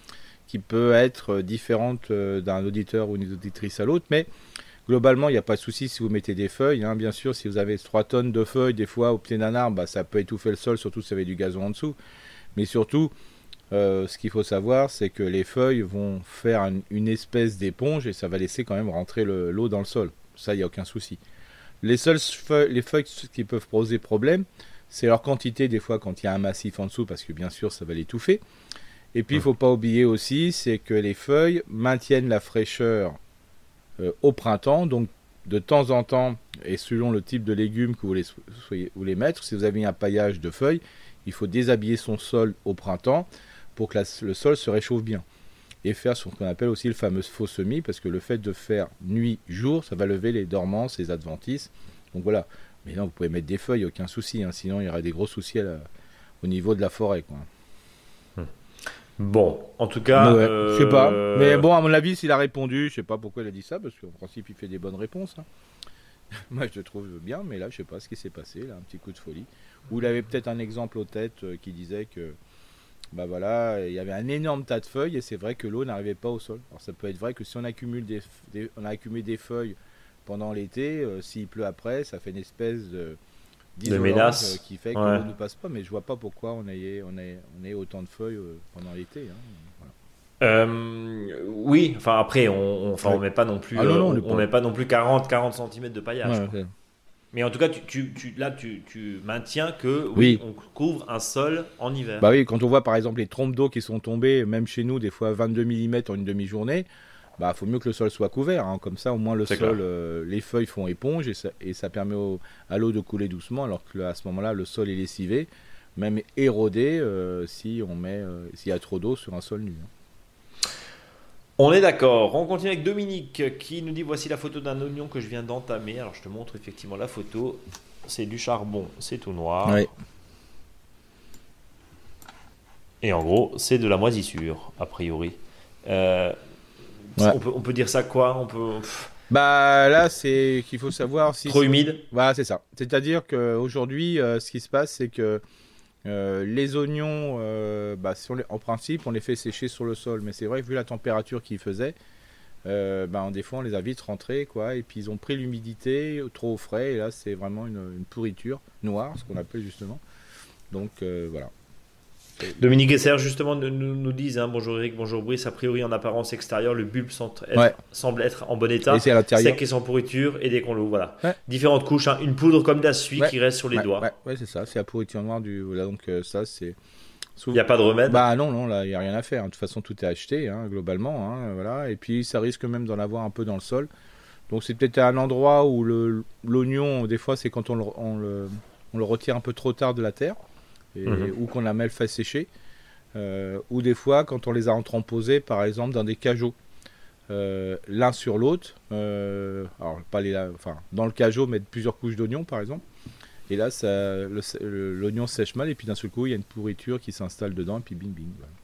qui peut être euh, différente euh, d'un auditeur ou une auditrice à l'autre, mais globalement il n'y a pas de souci si vous mettez des feuilles, hein. Bien sûr, si vous avez trois tonnes de feuilles, des fois au pied d'un arbre, bah, ça peut étouffer le sol, surtout si vous avez du gazon en dessous. Mais surtout, euh, ce qu'il faut savoir, c'est que les feuilles vont faire une, une espèce d'éponge et ça va laisser quand même rentrer le- l'eau dans le sol. Ça, il n'y a aucun souci. Les seules feuilles, les feuilles qui peuvent poser problème, c'est leur quantité des fois quand il y a un massif en dessous, parce que bien sûr ça va l'étouffer. Et puis il ne faut pas oublier aussi, c'est que les feuilles maintiennent la fraîcheur euh, au printemps, donc de temps en temps, et selon le type de légumes que vous voulez, soyez, vous voulez mettre, si vous avez un paillage de feuilles, il faut déshabiller son sol au printemps pour que la- le sol se réchauffe bien. Et faire ce qu'on appelle aussi le fameux faux semis, parce que le fait de faire nuit-jour, ça va lever les dormances, les adventices. Donc voilà. Mais non, vous pouvez mettre des feuilles, aucun souci, hein, sinon il y aurait des gros soucis à la- au niveau de la forêt, quoi. Bon, en tout cas, Ouais, euh, je sais pas. Mais bon, à mon avis, s'il a répondu, je sais pas pourquoi il a dit ça, parce qu'en principe, il fait des bonnes réponses, hein. Moi, je le trouve bien, mais là, je sais pas ce qui s'est passé, là, un petit coup de folie. Ou il avait peut-être un exemple aux têtes euh, qui disait que, bah voilà, il y avait un énorme tas de feuilles et c'est vrai que l'eau n'arrivait pas au sol. Alors ça peut être vrai que si on accumule des, des- on a accumulé des feuilles pendant l'été, euh, s'il pleut après, ça fait une espèce de d'isolant, ménace. euh, qui fait que Ouais. l'eau ne passe pas. Mais je vois pas pourquoi on ait, on ait, on ait autant de feuilles euh, pendant l'été, hein. Voilà. Euh, oui, enfin après, on, on, enfin, Ouais. on met pas non plus, Ah non, non, euh, on est on, pas- on met pas non plus quarante centimètres de paillage. Ouais, quoi. ouais. Mais en tout cas, tu, tu, tu- là, tu, tu maintiens que oui, Oui. on couvre un sol en hiver. Bah oui, quand on voit par exemple les trompes d'eau qui sont tombées, même chez nous, des fois vingt-deux millimètres en une demi-journée, bah faut mieux que le sol soit couvert, hein. Comme ça, au moins le C'est sol, clair. euh, les feuilles font éponge et ça, et ça permet au- à l'eau de couler doucement, alors que à ce moment-là, le sol est lessivé, même érodé euh, si on met, euh, s'il y a trop d'eau sur un sol nu, hein. On est d'accord. On continue avec Dominique qui nous dit: voici la photo d'un oignon que je viens d'entamer. Alors je te montre effectivement la photo. C'est du charbon, c'est tout noir. Ouais. Et en gros, c'est de la moisissure, a priori. Euh, Ouais. on, peut, on peut dire ça quoi? On peut. Pff, Bah là, c'est qu'il faut savoir si trop humide. Voilà, c'est ça. C'est-à-dire qu'aujourd'hui, euh, ce qui se passe, c'est que euh, les oignons, euh, bah, si on les- en principe, on les fait sécher sur le sol. Mais c'est vrai que vu la température qu'il faisait, euh, bah, des fois, on les a vite rentrés, quoi. Et puis, ils ont pris l'humidité trop au frais. Et là, c'est vraiment une, une pourriture noire, ce qu'on appelle justement. Donc, euh, voilà. Dominique et Serge justement nous, nous, nous disent hein, bonjour Eric, bonjour Brice. A priori, en apparence extérieure, le bulbe semble être, Ouais. semble être en bon état. Et c'est à l'intérieur. Sec et sans pourriture. Et dès qu'on l'ouvre, voilà. Ouais. Différentes couches. Hein, une poudre comme d'assuie Ouais. qui reste sur les Ouais, doigts. ouais, ouais, c'est ça. C'est la pourriture noire du. Voilà, donc, euh, ça, c'est. Il n'y a pas de remède. Bah non, non, là, il n'y a rien à faire. De toute façon, tout est acheté, hein, globalement. Hein, voilà. Et puis, ça risque même d'en avoir un peu dans le sol. Donc, c'est peut-être un endroit où le, l'oignon, des fois, c'est quand on le, on, le, on le retire un peu trop tard de la terre, et, Mhm. ou qu'on a mal fait sécher. euh, ou des fois quand on les a entreposés, par exemple, dans des cajots, euh, l'un sur l'autre. Euh, alors pas les, enfin, dans le cajot, mettre plusieurs couches d'oignons, par exemple. Et là, ça, le, le, l'oignon sèche mal, et puis d'un seul coup, il y a une pourriture qui s'installe dedans, et puis bing bing. Voilà.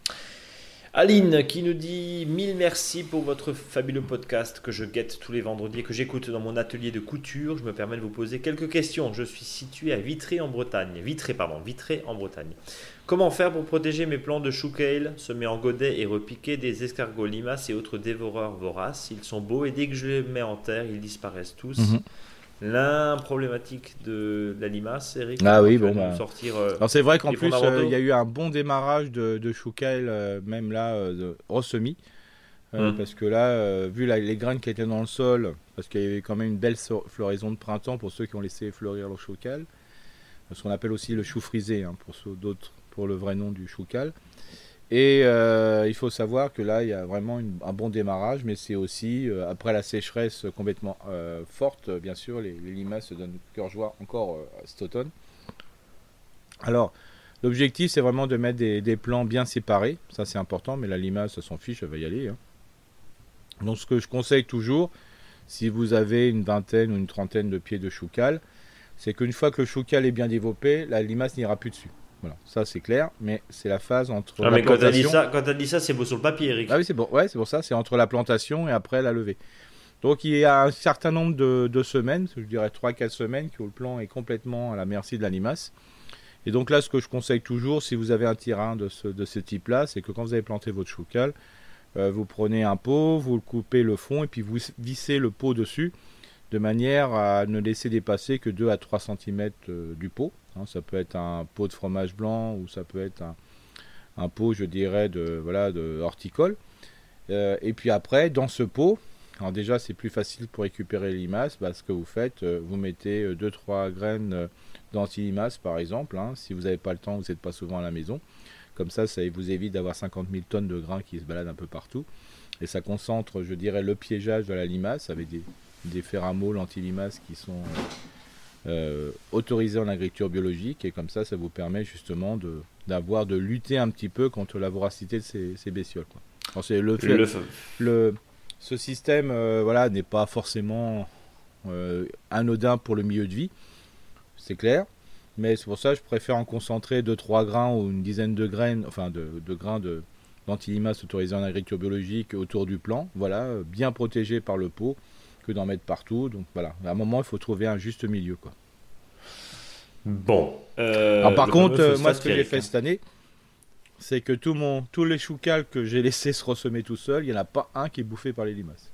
Aline qui nous dit mille merci pour votre fabuleux podcast que je guette tous les vendredis et que j'écoute dans mon atelier de couture. Je me permets de vous poser quelques questions. Je suis situé à Vitré en Bretagne. Vitré, pardon, Vitré en Bretagne. Comment faire pour protéger mes plants de chou kale semés en godet et repiqués des escargots, limaces et autres dévoreurs voraces? Ils sont beaux et dès que je les mets en terre, ils disparaissent tous. Mm-hmm. La problématique de la limace, Eric. Ah oui, bon. Bah... sortir, euh, Alors c'est vrai qu'en plus, il euh, y a eu un bon démarrage de, de chou kale, euh, même là, euh, de ressemis. Euh, mmh. Parce que là, euh, vu la, les graines qui étaient dans le sol, parce qu'il y avait quand même une belle so- floraison de printemps pour ceux qui ont laissé fleurir leur chou kale, ce qu'on appelle aussi le chou frisé, hein, pour ceux d'autres, pour le vrai nom du chou kale. Et euh, il faut savoir que là, il y a vraiment une, un bon démarrage, mais c'est aussi, euh, après la sécheresse complètement euh, forte, bien sûr, les, les limaces se donnent cœur joie encore euh, cet automne. Alors, l'objectif, c'est vraiment de mettre des, des plants bien séparés. Ça, c'est important, mais la limace, ça s'en fiche, elle va y aller. Hein. Donc, ce que je conseille toujours, si vous avez une vingtaine ou une trentaine de pieds de chou kale, c'est qu'une fois que le chou kale est bien développé, la limace n'ira plus dessus. Voilà, ça c'est clair, mais c'est la phase entre ah, la mais plantation... Quand tu as dit ça, quand tu as dit ça, c'est beau sur le papier, Eric. Ah oui, c'est bon, ouais, c'est pour ça, c'est entre la plantation et après la levée. Donc il y a un certain nombre de, de semaines, je dirais trois à quatre semaines, que le plant est complètement à la merci de la limace. Et donc là, ce que je conseille toujours, si vous avez un terrain de ce, de ce type-là, c'est que quand vous avez planté votre chou kale, euh, vous prenez un pot, vous le coupez le fond et puis vous vissez le pot dessus, de manière à ne laisser dépasser que deux à trois centimètres euh, du pot. Hein, ça peut être un pot de fromage blanc ou ça peut être un, un pot, je dirais, de, voilà, de horticole. Euh, et puis après, dans ce pot, alors déjà c'est plus facile pour récupérer les limaces. Bah, ce que vous faites, euh, vous mettez deux trois graines euh, d'anti-limaces par exemple. Hein, si vous n'avez pas le temps, vous n'êtes pas souvent à la maison. Comme ça, ça vous évite d'avoir cinquante mille tonnes de grains qui se baladent un peu partout. Et ça concentre, je dirais, le piégeage de la limace avec des, des phéromones anti-limaces qui sont... Euh, autorisé en agriculture biologique, et comme ça ça vous permet justement de, d'avoir de lutter un petit peu contre la voracité de ces, ces bestioles, quoi. Alors, c'est le, fait, le, le ce système euh, voilà, n'est pas forcément euh, anodin pour le milieu de vie, c'est clair, mais c'est pour ça que je préfère en concentrer deux trois grains ou une dizaine de graines, enfin de, de grains de, d'antilimaces autorisés en agriculture biologique autour du plant, voilà, bien protégé par le pot, que d'en mettre partout. Donc voilà, à un moment il faut trouver un juste milieu, quoi. Bon. Euh, Alors, par contre, euh, moi ce que j'ai fait cette année, c'est que tout mon, tous les chou kale que j'ai laissé se ressemer tout seul, il n'y en a pas un qui est bouffé par les limaces.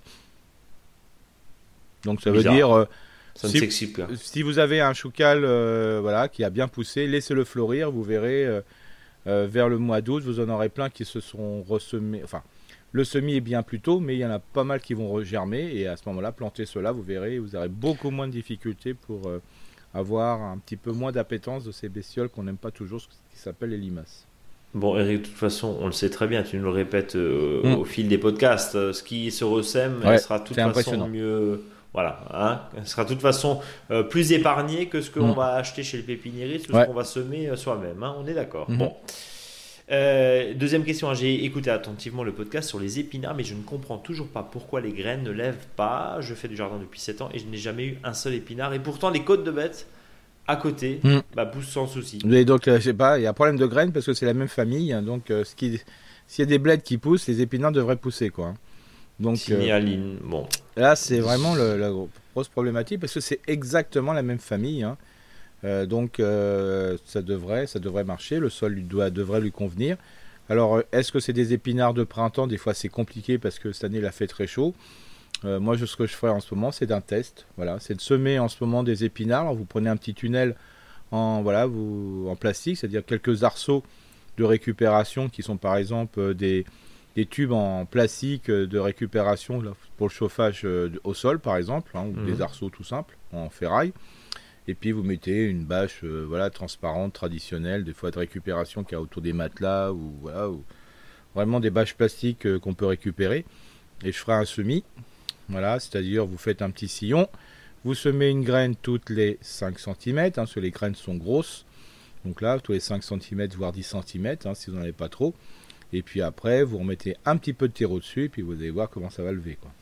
Donc ça Bizarre. veut dire, euh, ça si, si vous avez un chou kale euh, voilà, qui a bien poussé, laissez-le fleurir, vous verrez euh, euh, vers le mois d'août, vous en aurez plein qui se sont ressemés. Enfin, le semis est bien plus tôt, mais il y en a pas mal qui vont germer, et à ce moment-là, plantez cela, vous verrez, vous aurez beaucoup moins de difficultés pour euh, avoir un petit peu moins d'appétence de ces bestioles qu'on n'aime pas toujours, ce qui s'appelle les limaces. Bon, Eric, de toute façon, on le sait très bien, tu nous le répètes euh, mmh. au fil des podcasts, euh, ce qui se ressème ouais, sera de toute façon mieux... Voilà, hein, sera de toute façon euh, plus épargné que ce qu'on mmh. va acheter chez le pépiniériste ou ouais. ce qu'on va semer euh, soi-même, hein, on est d'accord. Mmh. Bon. Euh, deuxième question, hein, j'ai écouté attentivement le podcast sur les épinards, mais je ne comprends toujours pas pourquoi les graines ne lèvent pas. Je fais du jardin depuis sept ans et je n'ai jamais eu un seul épinard, et pourtant les côtes de bêtes à côté mmh. bah, poussent sans souci. Et donc, euh, je sais pas, il y a un problème de graines parce que c'est la même famille, hein, donc euh, ce qui, s'il y a des bleds qui poussent, les épinards devraient pousser, quoi. Donc, Signaline, euh, bon. Là, c'est vraiment le, la grosse problématique parce que c'est exactement la même famille, hein. Euh, donc euh, ça devrait ça devrait marcher, le sol lui doit, devrait lui convenir. Alors est-ce que c'est des épinards de printemps? Des fois c'est compliqué parce que cette année il a fait très chaud. Euh, moi je, ce que je ferai en ce moment c'est d'un test, voilà, c'est de semer en ce moment des épinards. Alors, vous prenez un petit tunnel en, voilà, vous, en plastique, c'est-à-dire quelques arceaux de récupération qui sont par exemple des, des tubes en plastique de récupération là, pour le chauffage euh, au sol par exemple, hein, ou mmh. des arceaux tout simples en ferraille. Et puis vous mettez une bâche euh, voilà, transparente, traditionnelle, des fois de récupération qu'il y a autour des matelas, ou, voilà, ou vraiment des bâches plastiques euh, qu'on peut récupérer. Et je ferai un semis, voilà, c'est-à-dire vous faites un petit sillon, vous semez une graine toutes les cinq centimètres, hein, parce que les graines sont grosses. Donc là, tous les cinq centimètres, voire dix centimètres, hein, si vous n'en avez pas trop. Et puis après, vous remettez un petit peu de terreau dessus, et puis vous allez voir comment ça va lever, quoi.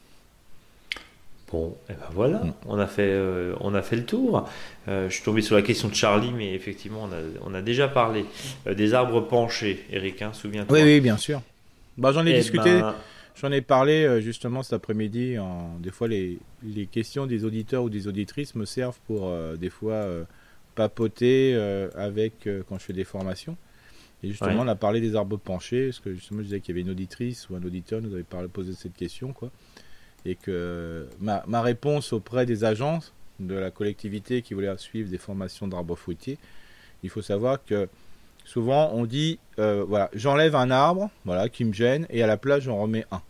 Bon, et ben voilà, mmh. on, a fait, euh, on a fait le tour. Euh, je suis tombé sur la question de Charlie, mais effectivement, on a, on a déjà parlé euh, des arbres penchés, Eric, hein, souviens-toi. Oui, oui, bien sûr. Bah, j'en ai et discuté, ben... j'en ai parlé euh, justement cet après-midi. En... Des fois, les, les questions des auditeurs ou des auditrices me servent pour euh, des fois euh, papoter euh, avec euh, quand je fais des formations. Et justement, ouais. on a parlé des arbres penchés, parce que justement, je disais qu'il y avait une auditrice ou un auditeur nous avait parlé, posé cette question, quoi. Et que ma, ma réponse auprès des agences de la collectivité qui voulaient suivre des formations d'arbres fruitiers, il faut savoir que souvent on dit, euh, voilà, j'enlève un arbre, voilà, qui me gêne, et à la place j'en remets un.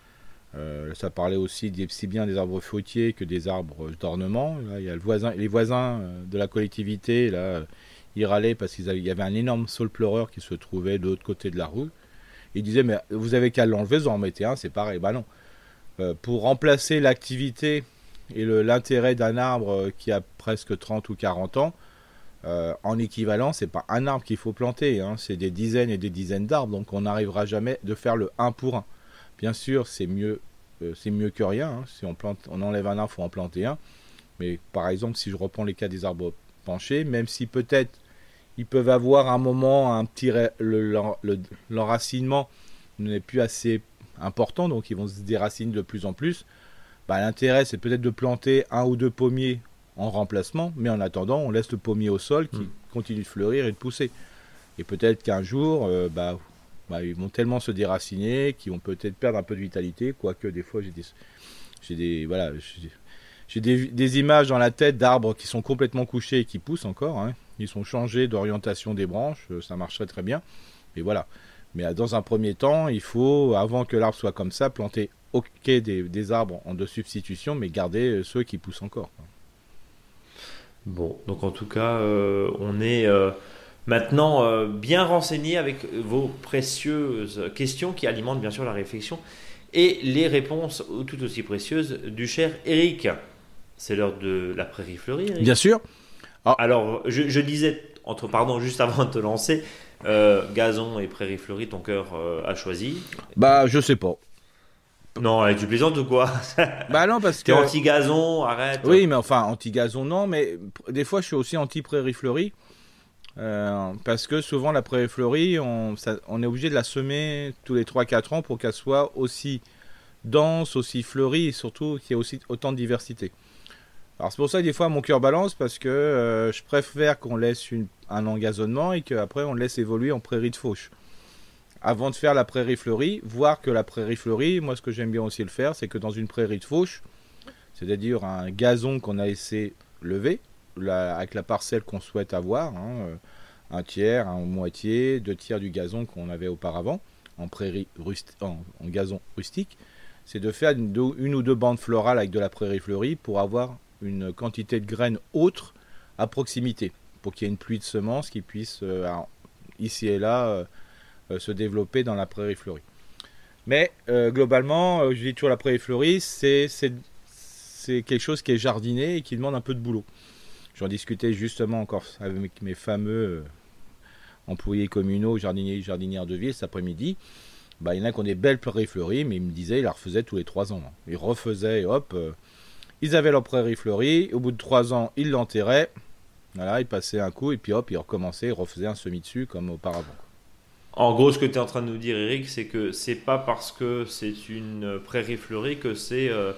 Euh, ça parlait aussi si bien des arbres fruitiers que des arbres d'ornement. Là, il y a le voisin, les voisins de la collectivité, là, ils râlaient parce qu'il y avait un énorme saule pleureur qui se trouvait de l'autre côté de la rue. Ils disaient, mais vous avez qu'à l'enlever, vous en remettez un, c'est pareil. Bah non. Euh, pour remplacer l'activité et le, l'intérêt d'un arbre qui a presque trente ou quarante ans, euh, en équivalent, c'est pas un arbre qu'il faut planter, hein, c'est des dizaines et des dizaines d'arbres, donc on n'arrivera jamais de faire le un pour un. Bien sûr, c'est mieux, euh, c'est mieux que rien, hein. Si on, plante, on enlève un arbre, il faut en planter un. Mais par exemple, si je reprends les cas des arbres penchés, même si peut-être ils peuvent avoir un moment, un petit ré, le, le, le, l'enracinement n'est plus assez important, donc ils vont se déraciner de plus en plus. Bah, l'intérêt, c'est peut-être de planter un ou deux pommiers en remplacement, mais en attendant, on laisse le pommier au sol qui mmh. continue de fleurir et de pousser. Et peut-être qu'un jour, euh, bah, bah, ils vont tellement se déraciner qu'ils vont peut-être perdre un peu de vitalité, quoique des fois, j'ai des, j'ai des, voilà, j'ai, j'ai des, des images dans la tête d'arbres qui sont complètement couchés et qui poussent encore, hein. Ils sont changés d'orientation des branches, ça marcherait très bien, et voilà. Mais dans un premier temps, il faut, avant que l'arbre soit comme ça, planter ok des, des arbres en de substitution, mais garder ceux qui poussent encore. Bon, donc en tout cas, euh, on est euh, maintenant euh, bien renseigné avec vos précieuses questions qui alimentent bien sûr la réflexion et les réponses tout aussi précieuses du cher Eric. C'est l'heure de la prairie fleurie, Eric. Bien sûr. Ah. Alors, je, je disais, entre, pardon, juste avant de te lancer, Euh, gazon et prairie fleurie, ton cœur euh, a choisi. Bah, je sais pas. Non, allez, tu plaisantes ou quoi? Bah non, parce que... T'es anti-gazon, arrête. Oui, mais enfin, anti-gazon, non, mais des fois, je suis aussi anti-prairie fleurie. Euh, parce que souvent, la prairie fleurie, on, ça, on est obligé de la semer tous les trois à quatre ans pour qu'elle soit aussi dense, aussi fleurie, et surtout qu'il y ait aussi autant de diversité. Alors c'est pour ça que des fois mon cœur balance, parce que euh, je préfère qu'on laisse une, un engazonnement et qu'après on le laisse évoluer en prairie de fauche. Avant de faire la prairie fleurie, voir que la prairie fleurie, moi ce que j'aime bien aussi le faire, c'est que dans une prairie de fauche, c'est-à-dire un gazon qu'on a laissé lever, la, avec la parcelle qu'on souhaite avoir, hein, un tiers, un moitié, deux tiers du gazon qu'on avait auparavant, en, prairie rust- en, en gazon rustique, c'est de faire une, deux, une ou deux bandes florales avec de la prairie fleurie pour avoir une quantité de graines autres à proximité, pour qu'il y ait une pluie de semences qui puisse euh, ici et là euh, euh, se développer dans la prairie fleurie. Mais euh, globalement, euh, je dis toujours la prairie fleurie, c'est, c'est, c'est quelque chose qui est jardiné et qui demande un peu de boulot. J'en discutais justement encore avec mes fameux euh, employés communaux, jardiniers et jardinières de ville cet après-midi. Bah, il y en a qui ont des belles prairies fleuries, mais ils me disaient qu'ils la refaisaient tous les trois ans. Hein. Ils refaisaient et hop... Euh, Ils avaient leur prairie fleurie, au bout de trois ans, ils l'enterraient, voilà, ils passaient un coup, et puis hop, ils recommençaient, ils refaisaient un semis dessus comme auparavant. En gros, ce que tu es en train de nous dire, Eric, c'est que c'est pas parce que c'est une prairie fleurie que c'est euh,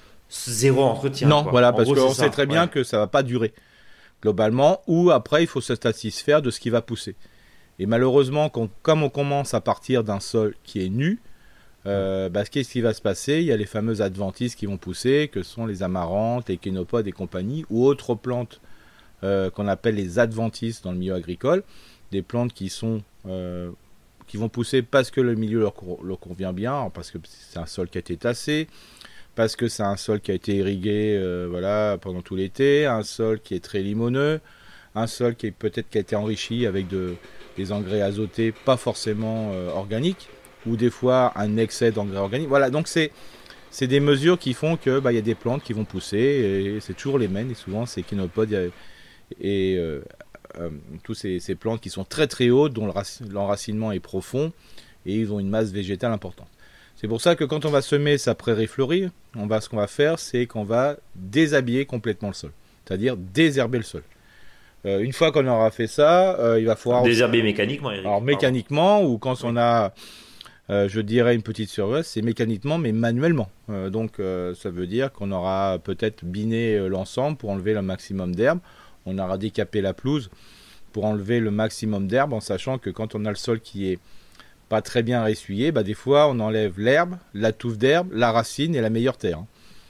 zéro entretien. Non, quoi. voilà, en parce gros, qu'on sait ça. très bien ouais. que ça va pas durer, globalement, ou après, il faut se satisfaire de ce qui va pousser. Et malheureusement, quand, comme on commence à partir d'un sol qui est nu, Euh, bah, qu'est-ce qui va se passer? Il y a les fameuses adventices qui vont pousser, que sont les amarantes, les kénopodes et compagnie, ou autres plantes euh, qu'on appelle les adventices dans le milieu agricole, des plantes qui sont euh, qui vont pousser parce que le milieu leur, leur convient bien, parce que c'est un sol qui a été tassé, parce que c'est un sol qui a été irrigué euh, voilà, pendant tout l'été, un sol qui est très limoneux, un sol qui est peut-être qui a été enrichi avec de, des engrais azotés pas forcément euh, organiques, ou des fois un excès d'engrais organiques. Voilà, donc c'est, c'est des mesures qui font que bah, y a des plantes qui vont pousser, et c'est toujours les mêmes, et souvent c'est kénopodes et, et euh, euh, tous ces, ces plantes qui sont très très hautes, dont le rac- l'enracinement est profond et ils ont une masse végétale importante. C'est pour ça que quand on va semer sa prairie fleurie, on va, ce qu'on va faire, c'est qu'on va déshabiller complètement le sol, c'est-à-dire désherber le sol. Euh, une fois qu'on aura fait ça, euh, il va falloir... Désherber mécaniquement, Eric. Alors mécaniquement, ou quand on a, euh, je dirais, une petite surface, c'est mécaniquement, mais manuellement. Euh, donc euh, ça veut dire qu'on aura peut-être biné euh, l'ensemble pour enlever le maximum d'herbe. On aura décapé la pelouse pour enlever le maximum d'herbe, en sachant que quand on a le sol qui est pas très bien ressuyé, bah, des fois on enlève l'herbe, la touffe d'herbe, la racine et la meilleure terre.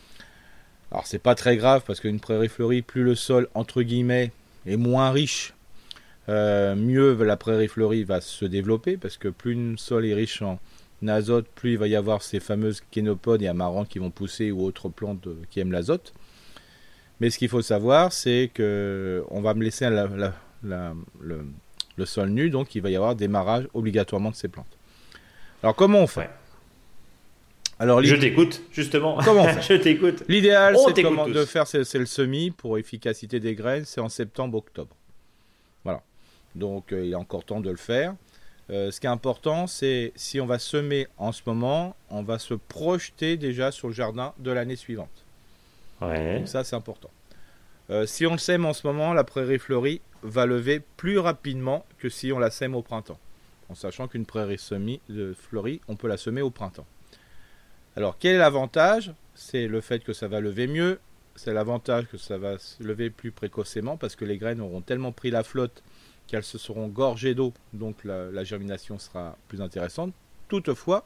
Alors c'est pas très grave, parce qu'une prairie fleurie, plus le sol, entre guillemets, est moins riche, euh, mieux la prairie fleurie va se développer, parce que plus le sol est riche en azote, plus il va y avoir ces fameuses kénopodes et amarants qui vont pousser, ou autres plantes qui aiment l'azote. Mais ce qu'il faut savoir, c'est que on va me laisser la, la, la, le, le sol nu, donc il va y avoir démarrage obligatoirement de ces plantes. Alors comment on fait ? Ouais. Alors, je t'écoute, justement. Comment on fait ? Je t'écoute. L'idéal, On c'est t'écoute comment, tous. de faire, c'est, c'est le semis pour efficacité des graines, c'est en septembre-octobre. Voilà. Donc, euh, il y a encore temps de le faire. Euh, ce qui est important, c'est si on va semer en ce moment, on va se projeter déjà sur le jardin de l'année suivante. Ouais. Donc ça, c'est important. Euh, si on le sème en ce moment, la prairie fleurie va lever plus rapidement que si on la sème au printemps. En sachant qu'une prairie semi, euh, fleurie, on peut la semer au printemps. Alors, quel est l'avantage ? C'est le fait que ça va lever mieux. C'est l'avantage que ça va se lever plus précocement, parce que les graines auront tellement pris la flotte qu'elles se seront gorgées d'eau. Donc, la, la germination sera plus intéressante. Toutefois,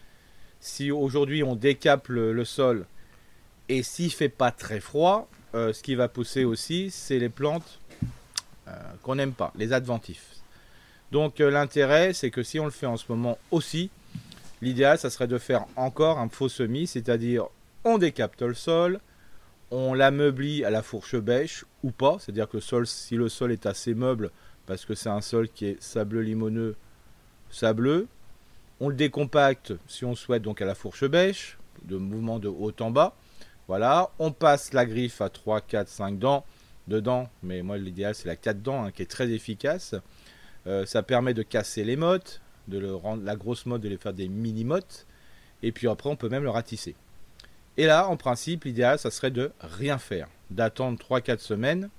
si aujourd'hui on décape le, le sol, et s'il ne fait pas très froid, euh, ce qui va pousser aussi, c'est les plantes euh, qu'on n'aime pas, les adventifs. Donc, euh, l'intérêt, c'est que si on le fait en ce moment aussi, l'idéal, ça serait de faire encore un faux semis, c'est-à-dire on décapte le sol, on l'ameublit à la fourche bêche ou pas, c'est-à-dire que le sol, si le sol est assez meuble, parce que c'est un sol qui est sableux limoneux, sableux, on le décompacte si on souhaite donc à la fourche bêche, de mouvement de haut en bas. Voilà, on passe la griffe à trois, quatre, cinq dents dedans, mais moi l'idéal c'est la quatre dents hein, qui est très efficace. Euh, ça permet de casser les mottes, de le rendre la grosse motte, de les faire des mini-mottes, et puis après on peut même le ratisser. Et là, en principe, l'idéal, ça serait de rien faire, d'attendre trois quatre semaines.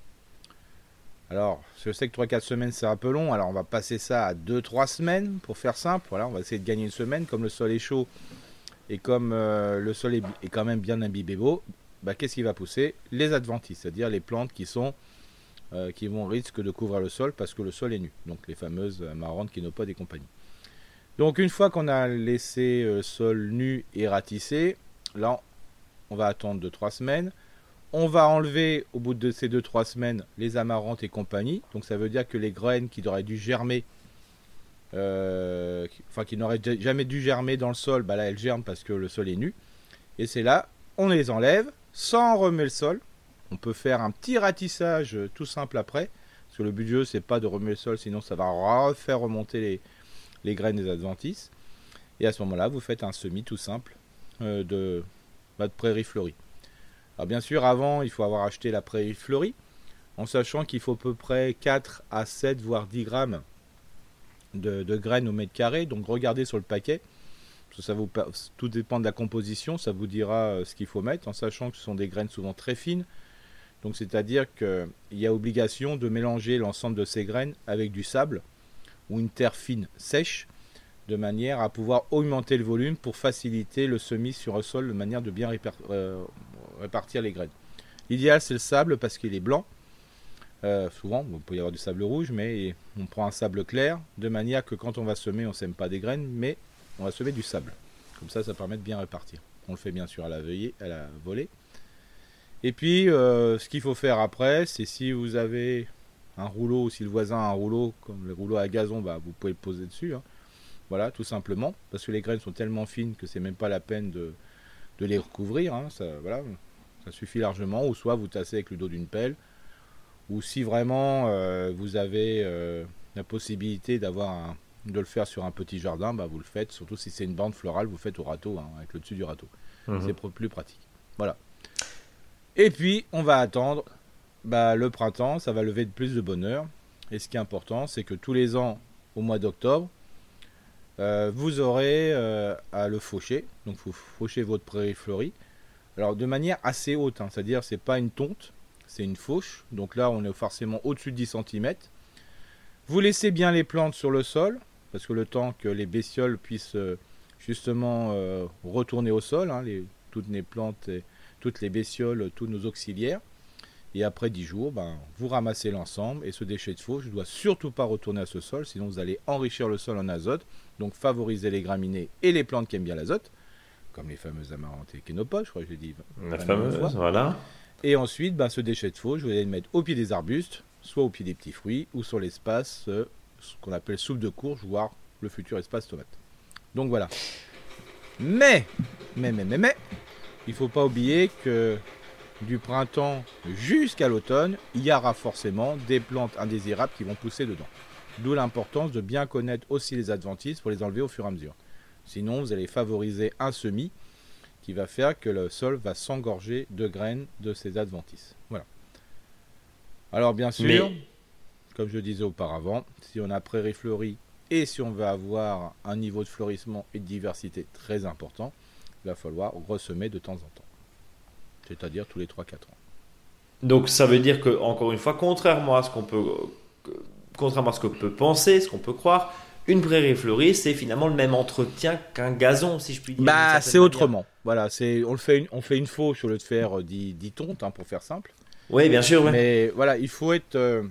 Alors, je sais que trois quatre semaines, c'est un peu long, alors on va passer ça à deux trois semaines, pour faire simple. Voilà, on va essayer de gagner une semaine, comme le sol est chaud, et comme euh, le sol est, est quand même bien imbibé beau, bah, qu'est-ce qui va pousser ? Les adventices, c'est-à-dire les plantes qui sont... Euh, qui vont risque de couvrir le sol parce que le sol est nu. Donc les fameuses amarantes, kénopodes et compagnie. Donc une fois qu'on a laissé le euh, sol nu et ratissé, là on va attendre deux trois semaines. On va enlever au bout de ces deux trois semaines les amarantes et compagnie. Donc ça veut dire que les graines qui auraient dû germer, euh, qui, enfin qui n'auraient jamais dû germer dans le sol, bah là elles germent parce que le sol est nu. Et c'est là, on les enlève sans remettre le sol. On peut faire un petit ratissage tout simple après, parce que le but du jeu, c'est pas de remuer le sol, sinon ça va refaire remonter les, les graines des adventices. Et à ce moment-là, vous faites un semis tout simple euh, de, bah, de prairie fleurie. Alors bien sûr, avant, il faut avoir acheté la prairie fleurie, en sachant qu'il faut à peu près quatre à sept, voire dix grammes de, de graines au mètre carré. Donc regardez sur le paquet, parce que ça vous, tout dépend de la composition, ça vous dira ce qu'il faut mettre, en sachant que ce sont des graines souvent très fines. Donc c'est-à-dire qu'il y a obligation de mélanger l'ensemble de ces graines avec du sable ou une terre fine sèche, de manière à pouvoir augmenter le volume pour faciliter le semis sur un sol de manière de bien répar- euh, répartir les graines. L'idéal c'est le sable parce qu'il est blanc. Euh, souvent, il peut y avoir du sable rouge, mais on prend un sable clair, de manière que quand on va semer, on ne sème pas des graines, mais on va semer du sable. Comme ça, ça permet de bien répartir. On le fait bien sûr à la, veillée, à la volée. Et puis, euh, ce qu'il faut faire après, c'est si vous avez un rouleau, ou si le voisin a un rouleau, comme le rouleau à gazon, bah, vous pouvez le poser dessus. Hein. Voilà, tout simplement. Parce que les graines sont tellement fines que c'est même pas la peine de, de les recouvrir. Hein. Ça, voilà, ça suffit largement. Ou soit vous tassez avec le dos d'une pelle. Ou si vraiment euh, vous avez euh, la possibilité d'avoir un, de le faire sur un petit jardin, bah, vous le faites. Surtout si c'est une bande florale, vous le faites au râteau, hein, avec le dessus du râteau. Mmh. C'est plus pratique. Voilà. Et puis, on va attendre bah, le printemps, ça va lever de plus de bonheur. Et ce qui est important, c'est que tous les ans, au mois d'octobre, euh, vous aurez euh, à le faucher. Donc, vous fauchez votre prairie fleurie. Alors, de manière assez haute, hein, c'est-à-dire c'est pas une tonte, c'est une fauche. Donc là, on est forcément au-dessus de dix centimètres. Vous laissez bien les plantes sur le sol, parce que le temps que les bestioles puissent euh, justement euh, retourner au sol, hein, les, toutes les plantes, et, toutes les bestioles, tous nos auxiliaires. Et après dix jours, ben, vous ramassez l'ensemble et ce déchet de fauche ne doit surtout pas retourner à ce sol, sinon vous allez enrichir le sol en azote, donc favoriser les graminées et les plantes qui aiment bien l'azote, comme les fameuses amaranthes et kénopodes, je crois que je l'ai dit. La fameuse, voilà. Et ensuite, ben, ce déchet de fauche, vous allez le mettre au pied des arbustes, soit au pied des petits fruits, ou sur l'espace, euh, ce qu'on appelle soupe de courge, voire le futur espace tomate. Donc voilà. Mais, mais, mais, mais, mais, il ne faut pas oublier que du printemps jusqu'à l'automne, il y aura forcément des plantes indésirables qui vont pousser dedans. D'où l'importance de bien connaître aussi les adventices pour les enlever au fur et à mesure. Sinon, vous allez favoriser un semis qui va faire que le sol va s'engorger de graines de ces adventices. Voilà. Alors bien sûr, Mais... comme je disais auparavant, si on a prairie fleurie et si on veut avoir un niveau de fleurissement et de diversité très important, il va falloir ressemer de temps en temps. C'est-à-dire tous les trois à quatre ans. Donc ça veut dire que, encore une fois, contrairement à ce qu'on peut, contrairement à ce qu'on peut penser, ce qu'on peut croire, une prairie fleurie, c'est finalement le même entretien qu'un gazon, si je puis dire. Bah, c'est manière. Autrement. Voilà, c'est, on, le fait une, on fait une fauche au lieu de faire dix, dix tontes, hein, pour faire simple. Oui, bien sûr. Ouais. Mais voilà, il faut être... Euh,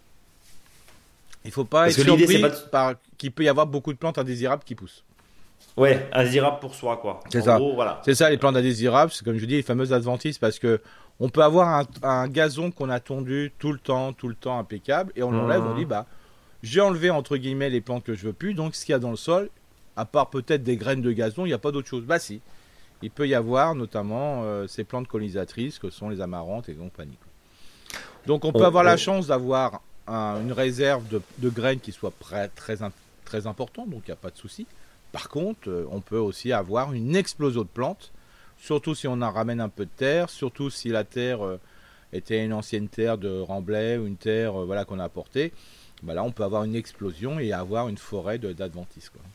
il ne faut pas Parce être que surpris l'idée, c'est pas... par qu'il peut y avoir beaucoup de plantes indésirables qui poussent. Ouais, indésirables pour soi, quoi. C'est en ça. Gros, voilà. C'est ça, les plantes indésirables, c'est comme je dis, les fameuses adventices, parce que on peut avoir un, un gazon qu'on a tondu tout le temps, tout le temps impeccable, et on l'enlève, mmh. on dit, bah, j'ai enlevé entre guillemets les plantes que je veux plus, donc ce qu'il y a dans le sol, à part peut-être des graines de gazon, il n'y a pas d'autre chose. Bah si, il peut y avoir notamment euh, ces plantes colonisatrices que sont les amaranthes et compagnie. Donc on peut oh, avoir oh. la chance d'avoir un, une réserve de, de graines qui soit très, très, très importante, donc il n'y a pas de souci. Par contre, euh, on peut aussi avoir une explosion de plantes, surtout si on en ramène un peu de terre, surtout si la terre euh, était une ancienne terre de remblai ou une terre euh, voilà, qu'on a apportée. Bah là, on peut avoir une explosion et avoir une forêt de, d'adventices, quoi.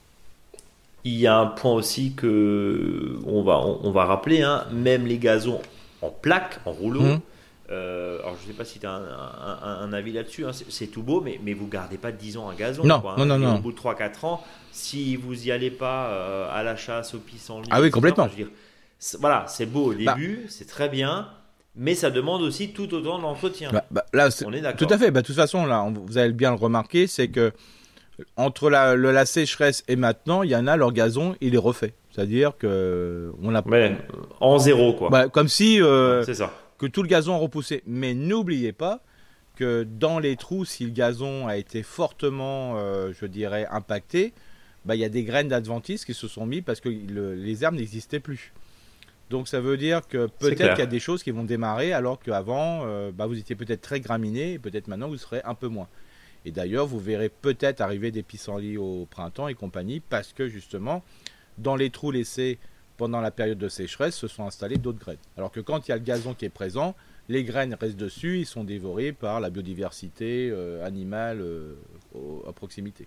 Il y a un point aussi que on va, on, on va rappeler, hein, même les gazons en plaques, en rouleau. Mmh. Euh, alors je ne sais pas si tu as un, un, un avis là-dessus, hein, c'est, c'est tout beau, mais, mais vous ne gardez pas dix ans un gazon. Non, quoi, non, hein, non, non. Au bout de trois à quatre ans, si vous n'y allez pas euh, à la chasse, au pissenlit, ah oui, complètement. Je veux dire, c'est, voilà, c'est beau au début, bah. c'est très bien, mais ça demande aussi tout autant d'entretien. Bah, bah, là, c'est, on est d'accord. Tout à fait. Bah, de toute façon, là, on, vous avez bien le remarqué, c'est que entre la, le, la sécheresse et maintenant, il y en a, leur gazon, il est refait. C'est-à-dire que on a ouais, en zéro, quoi. Bah, comme si euh, c'est ça. Que tout le gazon a repoussé. Mais n'oubliez pas que dans les trous, si le gazon a été fortement, euh, je dirais, impacté, bah, il y a des graines d'adventices qui se sont mis parce que le, les herbes n'existaient plus. Donc ça veut dire que peut-être qu'il y a des choses qui vont démarrer alors qu'avant, euh, bah, vous étiez peut-être très graminé et peut-être maintenant vous serez un peu moins. Et d'ailleurs, vous verrez peut-être arriver des pissenlits au printemps et compagnie parce que justement, dans les trous laissés pendant la période de sécheresse, se sont installées d'autres graines. Alors que quand il y a le gazon qui est présent, les graines restent dessus, ils sont dévorés par la biodiversité euh, animale euh, au, à proximité.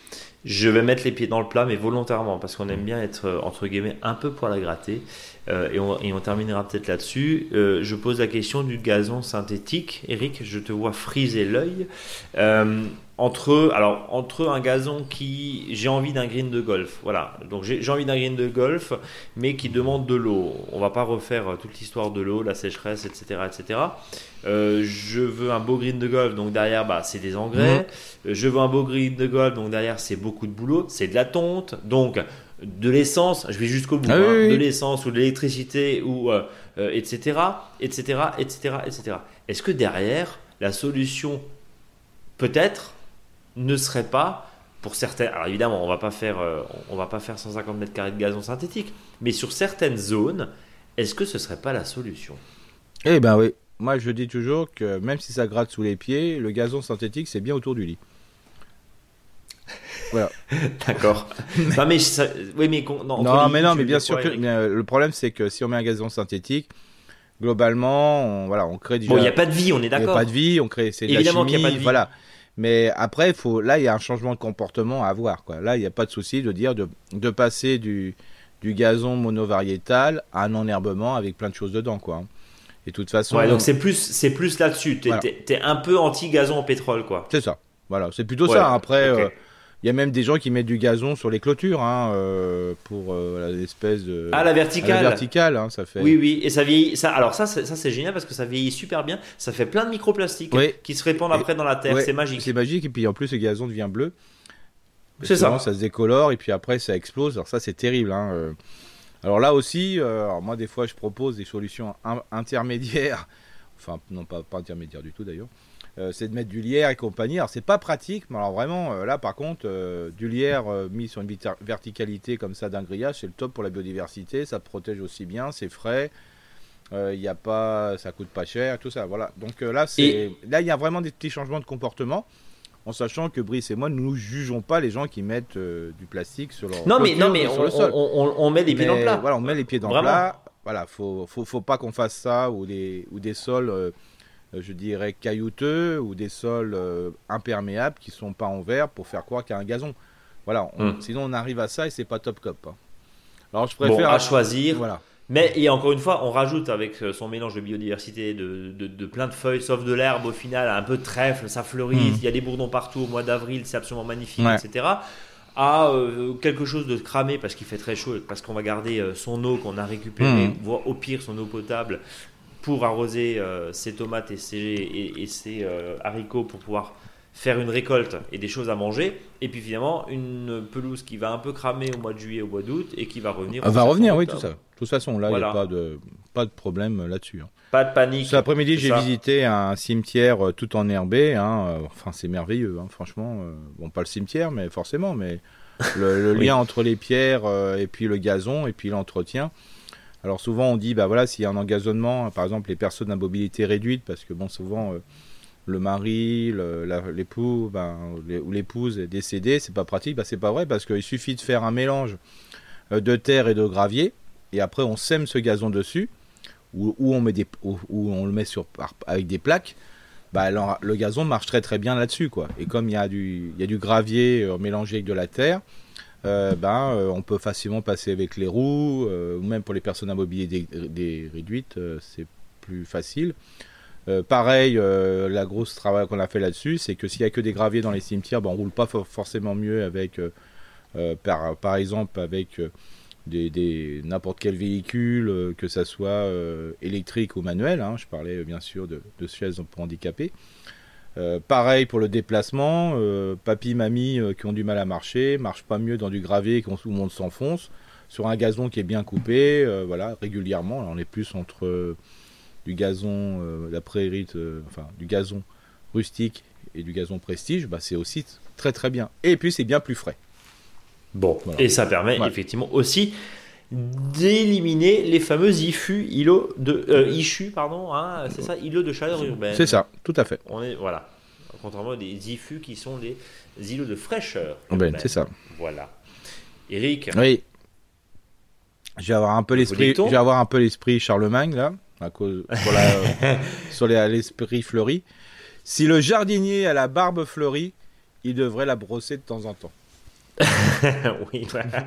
Je vais mettre les pieds dans le plat, mais volontairement, parce qu'on aime bien être, entre guillemets, un peu poil à gratter. Euh, et, on, et on terminera peut-être là-dessus. Euh, je pose la question du gazon synthétique. Eric, je te vois friser l'œil. Euh, entre, alors, entre un gazon qui... J'ai envie d'un green de golf. Voilà. Donc, j'ai, j'ai envie d'un green de golf, mais qui demande de l'eau. On ne va pas refaire toute l'histoire de l'eau, la sécheresse, et cetera, et cetera. Euh, je veux un beau green de golf, donc derrière, bah, c'est des engrais. Mmh. Je veux un beau green de golf, donc derrière, c'est beaucoup de boulot. C'est de la tonte. Donc... de l'essence, je vais jusqu'au bout, ah, hein, oui, oui. de l'essence ou de l'électricité ou euh, euh, et cetera, et cetera, et cetera, et cetera. Est-ce que derrière la solution peut-être ne serait pas pour certaines, alors évidemment on va pas faire, euh, on va pas faire cent cinquante mètres carrés de gazon synthétique, mais sur certaines zones, est-ce que ce serait pas la solution ? Eh ben oui, moi je dis toujours que même si ça gratte sous les pieds, le gazon synthétique c'est bien autour du lit. Voilà. D'accord. non mais ça, oui mais non, non mais non mais bien sûr que mais, euh, le problème c'est que si on met un gazon synthétique, globalement, on, voilà, on crée déjà. Bon, il y a pas de vie, on est d'accord. Il y a pas de vie, on crée c'est de évidemment la chimie, qu'il y a pas de vie. Voilà. Mais après, faut, là, il y a un changement de comportement à avoir, quoi. Là, il n'y a pas de souci de dire de, de passer du, du gazon monovariétal à un enherbement avec plein de choses dedans, quoi. Et de toute façon... Ouais, donc c'est plus, c'est plus là-dessus. T'es, Voilà. t'es, t'es un peu anti-gazon en pétrole, quoi. C'est ça. Voilà, c'est plutôt Ouais, ça. Après, ok. euh, il y a même des gens qui mettent du gazon sur les clôtures, hein, euh, pour euh, voilà, l'espèce de... Ah, la à verticale. la verticale, hein, ça fait... Oui, oui, et ça vieillit. Ça, alors ça, c'est, ça c'est génial parce que ça vieillit super bien. Ça fait plein de microplastiques Oui. qui se répandent Et- après dans la terre. Ouais, C'est magique. C'est magique, et puis en plus, le gazon devient bleu. C'est Souvent, ça. ça se décolore, et puis après, ça explose. Alors ça, c'est terrible, hein, euh. Alors là aussi, euh, alors moi, des fois, je propose des solutions in- intermédiaires. Enfin, non, pas, pas intermédiaires du tout, d'ailleurs. Euh, c'est de mettre du lierre et compagnie. Alors, c'est pas pratique, mais alors vraiment, euh, là, par contre, euh, du lierre euh, mis sur une vita- verticalité comme ça d'un grillage, c'est le top pour la biodiversité. Ça protège aussi bien, c'est frais. Il y a pas, ça coûte pas cher, tout ça. Voilà. Donc euh, là, c'est, Et- là, il y a vraiment des petits changements de comportement, en sachant que Brice et moi, nous ne jugeons pas les gens qui mettent euh, du plastique sur leur Non, mais, clôture non, mais ou sur on, le sol. on, on, on met les pieds Mais dans le plat. Voilà, on met les pieds dans Vraiment. le plat. Voilà, faut, faut, faut pas qu'on fasse ça, ou des, ou des sols, euh, je dirais, caillouteux, ou des sols euh, imperméables qui sont pas en verre pour faire croire qu'il y a un gazon. Voilà, on- Hmm. sinon on arrive à ça et c'est pas top cop, hein. Alors je Bon, préfère. à choisir. Voilà. Mais et encore une fois, on rajoute avec euh, son mélange de biodiversité, de, de, de plein de feuilles, sauf de l'herbe au final, un peu de trèfle, ça fleurit, Mm. il y a des bourdons partout au mois d'avril, c'est absolument magnifique, Ouais. et cetera. À euh, quelque chose de cramé parce qu'il fait très chaud, parce qu'on va garder euh, son eau qu'on a récupérée, Mm. voire au pire son eau potable, pour arroser euh, ses tomates et ses, et, et ses euh, haricots pour pouvoir faire une récolte et des choses à manger. Et puis finalement, une pelouse qui va un peu cramer au mois de juillet, au mois d'août, et qui va revenir. Elle en va septembre, revenir, oui, octobre. tout ça. De toute façon, là, il Voilà. n'y a pas de, pas de problème là-dessus, hein. Pas de panique. Cet après-midi, c'est j'ai ça. visité un cimetière euh, tout en herbé, hein. euh, Enfin, c'est merveilleux, hein, franchement. euh, Bon, pas le cimetière, mais forcément, mais le, le Oui. lien entre les pierres euh, et puis le gazon et puis l'entretien. Alors souvent, on dit, bah voilà, s'il y a un engazonnement, par exemple, les personnes à mobilité réduite, parce que bon, souvent, euh, le mari, le- la- l'époux, ben, les- ou l'épouse est décédée, c'est pas pratique. Bah, c'est pas vrai, parce qu'il suffit de faire un mélange euh, de terre et de gravier, et après, on sème ce gazon dessus, ou, ou on met des, ou, ou on le met sur, par- avec des plaques. Bah, alors, le gazon marche très très bien là-dessus, quoi. Et comme il y a du, il y a du gravier euh, mélangé avec de la terre, euh, ben, euh, on peut facilement passer avec les roues, euh, ou même pour les personnes à mobilité des, des réduites, euh, c'est plus facile. Euh, pareil, euh, la grosse travail qu'on a fait là-dessus, c'est que s'il n'y a que des graviers dans les cimetières, ben, on roule pas for- forcément mieux avec, euh, euh, par, par exemple, avec euh, des, des- n'importe quel véhicule, euh, que ça soit euh, électrique ou manuel, hein. Je parlais euh, bien sûr de, de chaises pour handicapés. Euh, pareil pour le déplacement, euh, papy, mamie euh, qui ont du mal à marcher, marchent pas mieux dans du gravier où tout le monde s'enfonce, sur un gazon qui est bien coupé, euh, voilà, régulièrement. Là, on est plus entre euh, du gazon, euh, la prairie, euh, enfin du gazon rustique et du gazon prestige, bah, c'est aussi t- très très bien. Et puis c'est bien plus frais. Bon, Voilà. et ça permet Ouais. effectivement aussi d'éliminer les fameux I F U, îlots de euh, I C H U, pardon, hein, c'est ça, îlots de chaleur urbaine. C'est ça, tout à fait. On est voilà. Contrairement aux des I F U qui sont les îlots de fraîcheur. Ben, urbaine. c'est ça. Voilà. Eric, Oui. Je vais avoir un peu Le l'esprit, dicton. je vais avoir un peu l'esprit Charlemagne là, à cause sur la, euh, sur les- l'esprit fleuri. Si le jardinier a la barbe fleurie, il devrait la brosser de temps en temps. oui. voilà.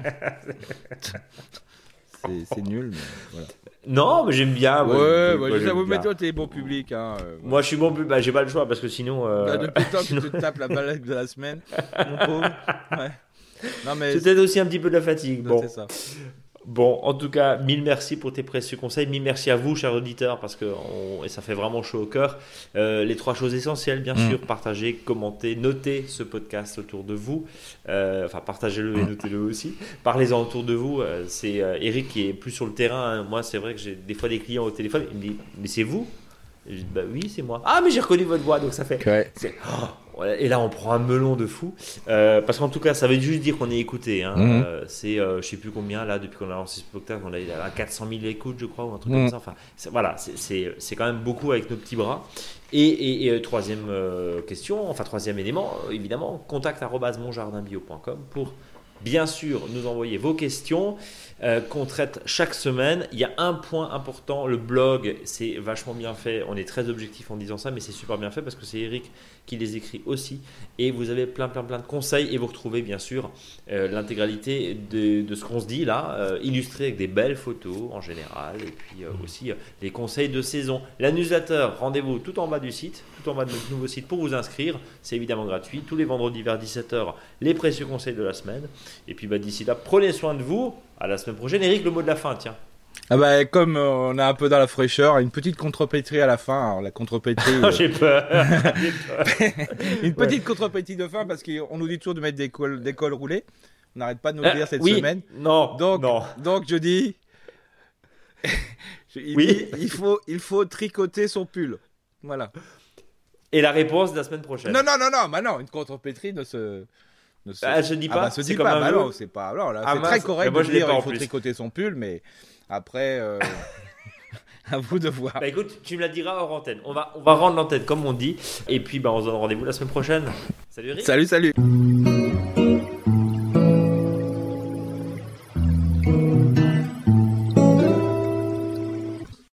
C'est, c'est nul, mais voilà. Non, mais j'aime bien. moi, ouais, moi, ouais, j'aime j'avoue, bien. mais toi, t'es bon public, hein. euh, Moi, je suis bon, bah, j'ai pas le choix parce que sinon. euh, Bah, depuis le temps que tu te tapes la balade de la semaine, mon pauvre. Ouais. Non, mais C'est peut-être aussi un petit peu de la fatigue. Bon. c'est ça. Bon, en tout cas, mille merci pour tes précieux conseils. Mille merci à vous, chers auditeurs, parce que on- et ça fait vraiment chaud au cœur. Euh, les trois choses essentielles, bien Mm. sûr, partagez, commentez, notez ce podcast autour de vous. Euh, enfin, partagez-le et Mm. notez-le aussi. Parlez-en autour de vous. Euh, c'est euh, Eric qui est plus sur le terrain, hein. Moi, c'est vrai que j'ai des fois des clients au téléphone. Il me dit, mais c'est vous? Et je dis, bah oui, c'est moi. Ah, mais j'ai reconnu votre voix, donc ça fait. Ouais. C'est- oh, ouais, et là, on prend un melon de fou. Euh, parce qu'en tout cas, ça veut juste dire qu'on est écouté, hein. Mhm. Euh, c'est, euh, je sais plus combien, là, depuis qu'on a lancé ce podcast, on a eu à quatre cent mille écoutes, je crois, ou un truc Mhm. comme ça. Enfin, c'est- voilà, c'est, c'est, c'est quand même beaucoup avec nos petits bras. Et, et, et, euh, troisième euh, question, enfin, troisième élément, euh, évidemment, contact arobase monjardinbio point com pour bien sûr nous envoyer vos questions euh, qu'on traite chaque semaine. Il y a un point important, le blog, c'est vachement bien fait. On est très objectif en disant ça, mais c'est super bien fait parce que c'est Eric qui les écrit aussi. Et vous avez plein, plein, plein de conseils et vous retrouvez bien sûr euh, l'intégralité de, de ce qu'on se dit là, euh, illustré avec des belles photos en général et puis euh, aussi euh, les conseils de saison. La newsletter, rendez-vous tout en bas du site, tout en bas de notre nouveau site pour vous inscrire. C'est évidemment gratuit. Tous les vendredis vers dix-sept heures, les précieux conseils de la semaine. Et puis bah, d'ici là, prenez soin de vous. À la semaine prochaine. Eric, le mot de la fin, tiens. Ah bah, comme euh, on est un peu dans la fraîcheur, une petite contrepétrie à la fin. Alors, la contrepétrie. euh, J'ai peur. J'ai peur. une petite contrepétrie de fin parce qu'on nous dit toujours de mettre des cols, des cols roulés. On n'arrête pas de nous le Euh, dire cette oui. semaine. Non. Donc, non. donc je dis. je- il, Oui. dit, il, faut, il faut tricoter son pull. Voilà. Et la réponse de la semaine prochaine. Non, non, non, non, bah non, une contrepétrie ne se. Ne se... Ah, je dis Ah pas. bah, se c'est dit comme pas, un bah vœu. non, c'est pas. Alors là, Ah, c'est mince. très correct Mais moi, de je l'ai dire pas, il en faut plus. tricoter son pull, mais après, euh, à vous de voir. Bah écoute, tu me la diras hors antenne. On va, on va rendre l'antenne comme on dit. Et puis bah, on se donne rendez-vous la semaine prochaine. Salut Eric. Salut, salut.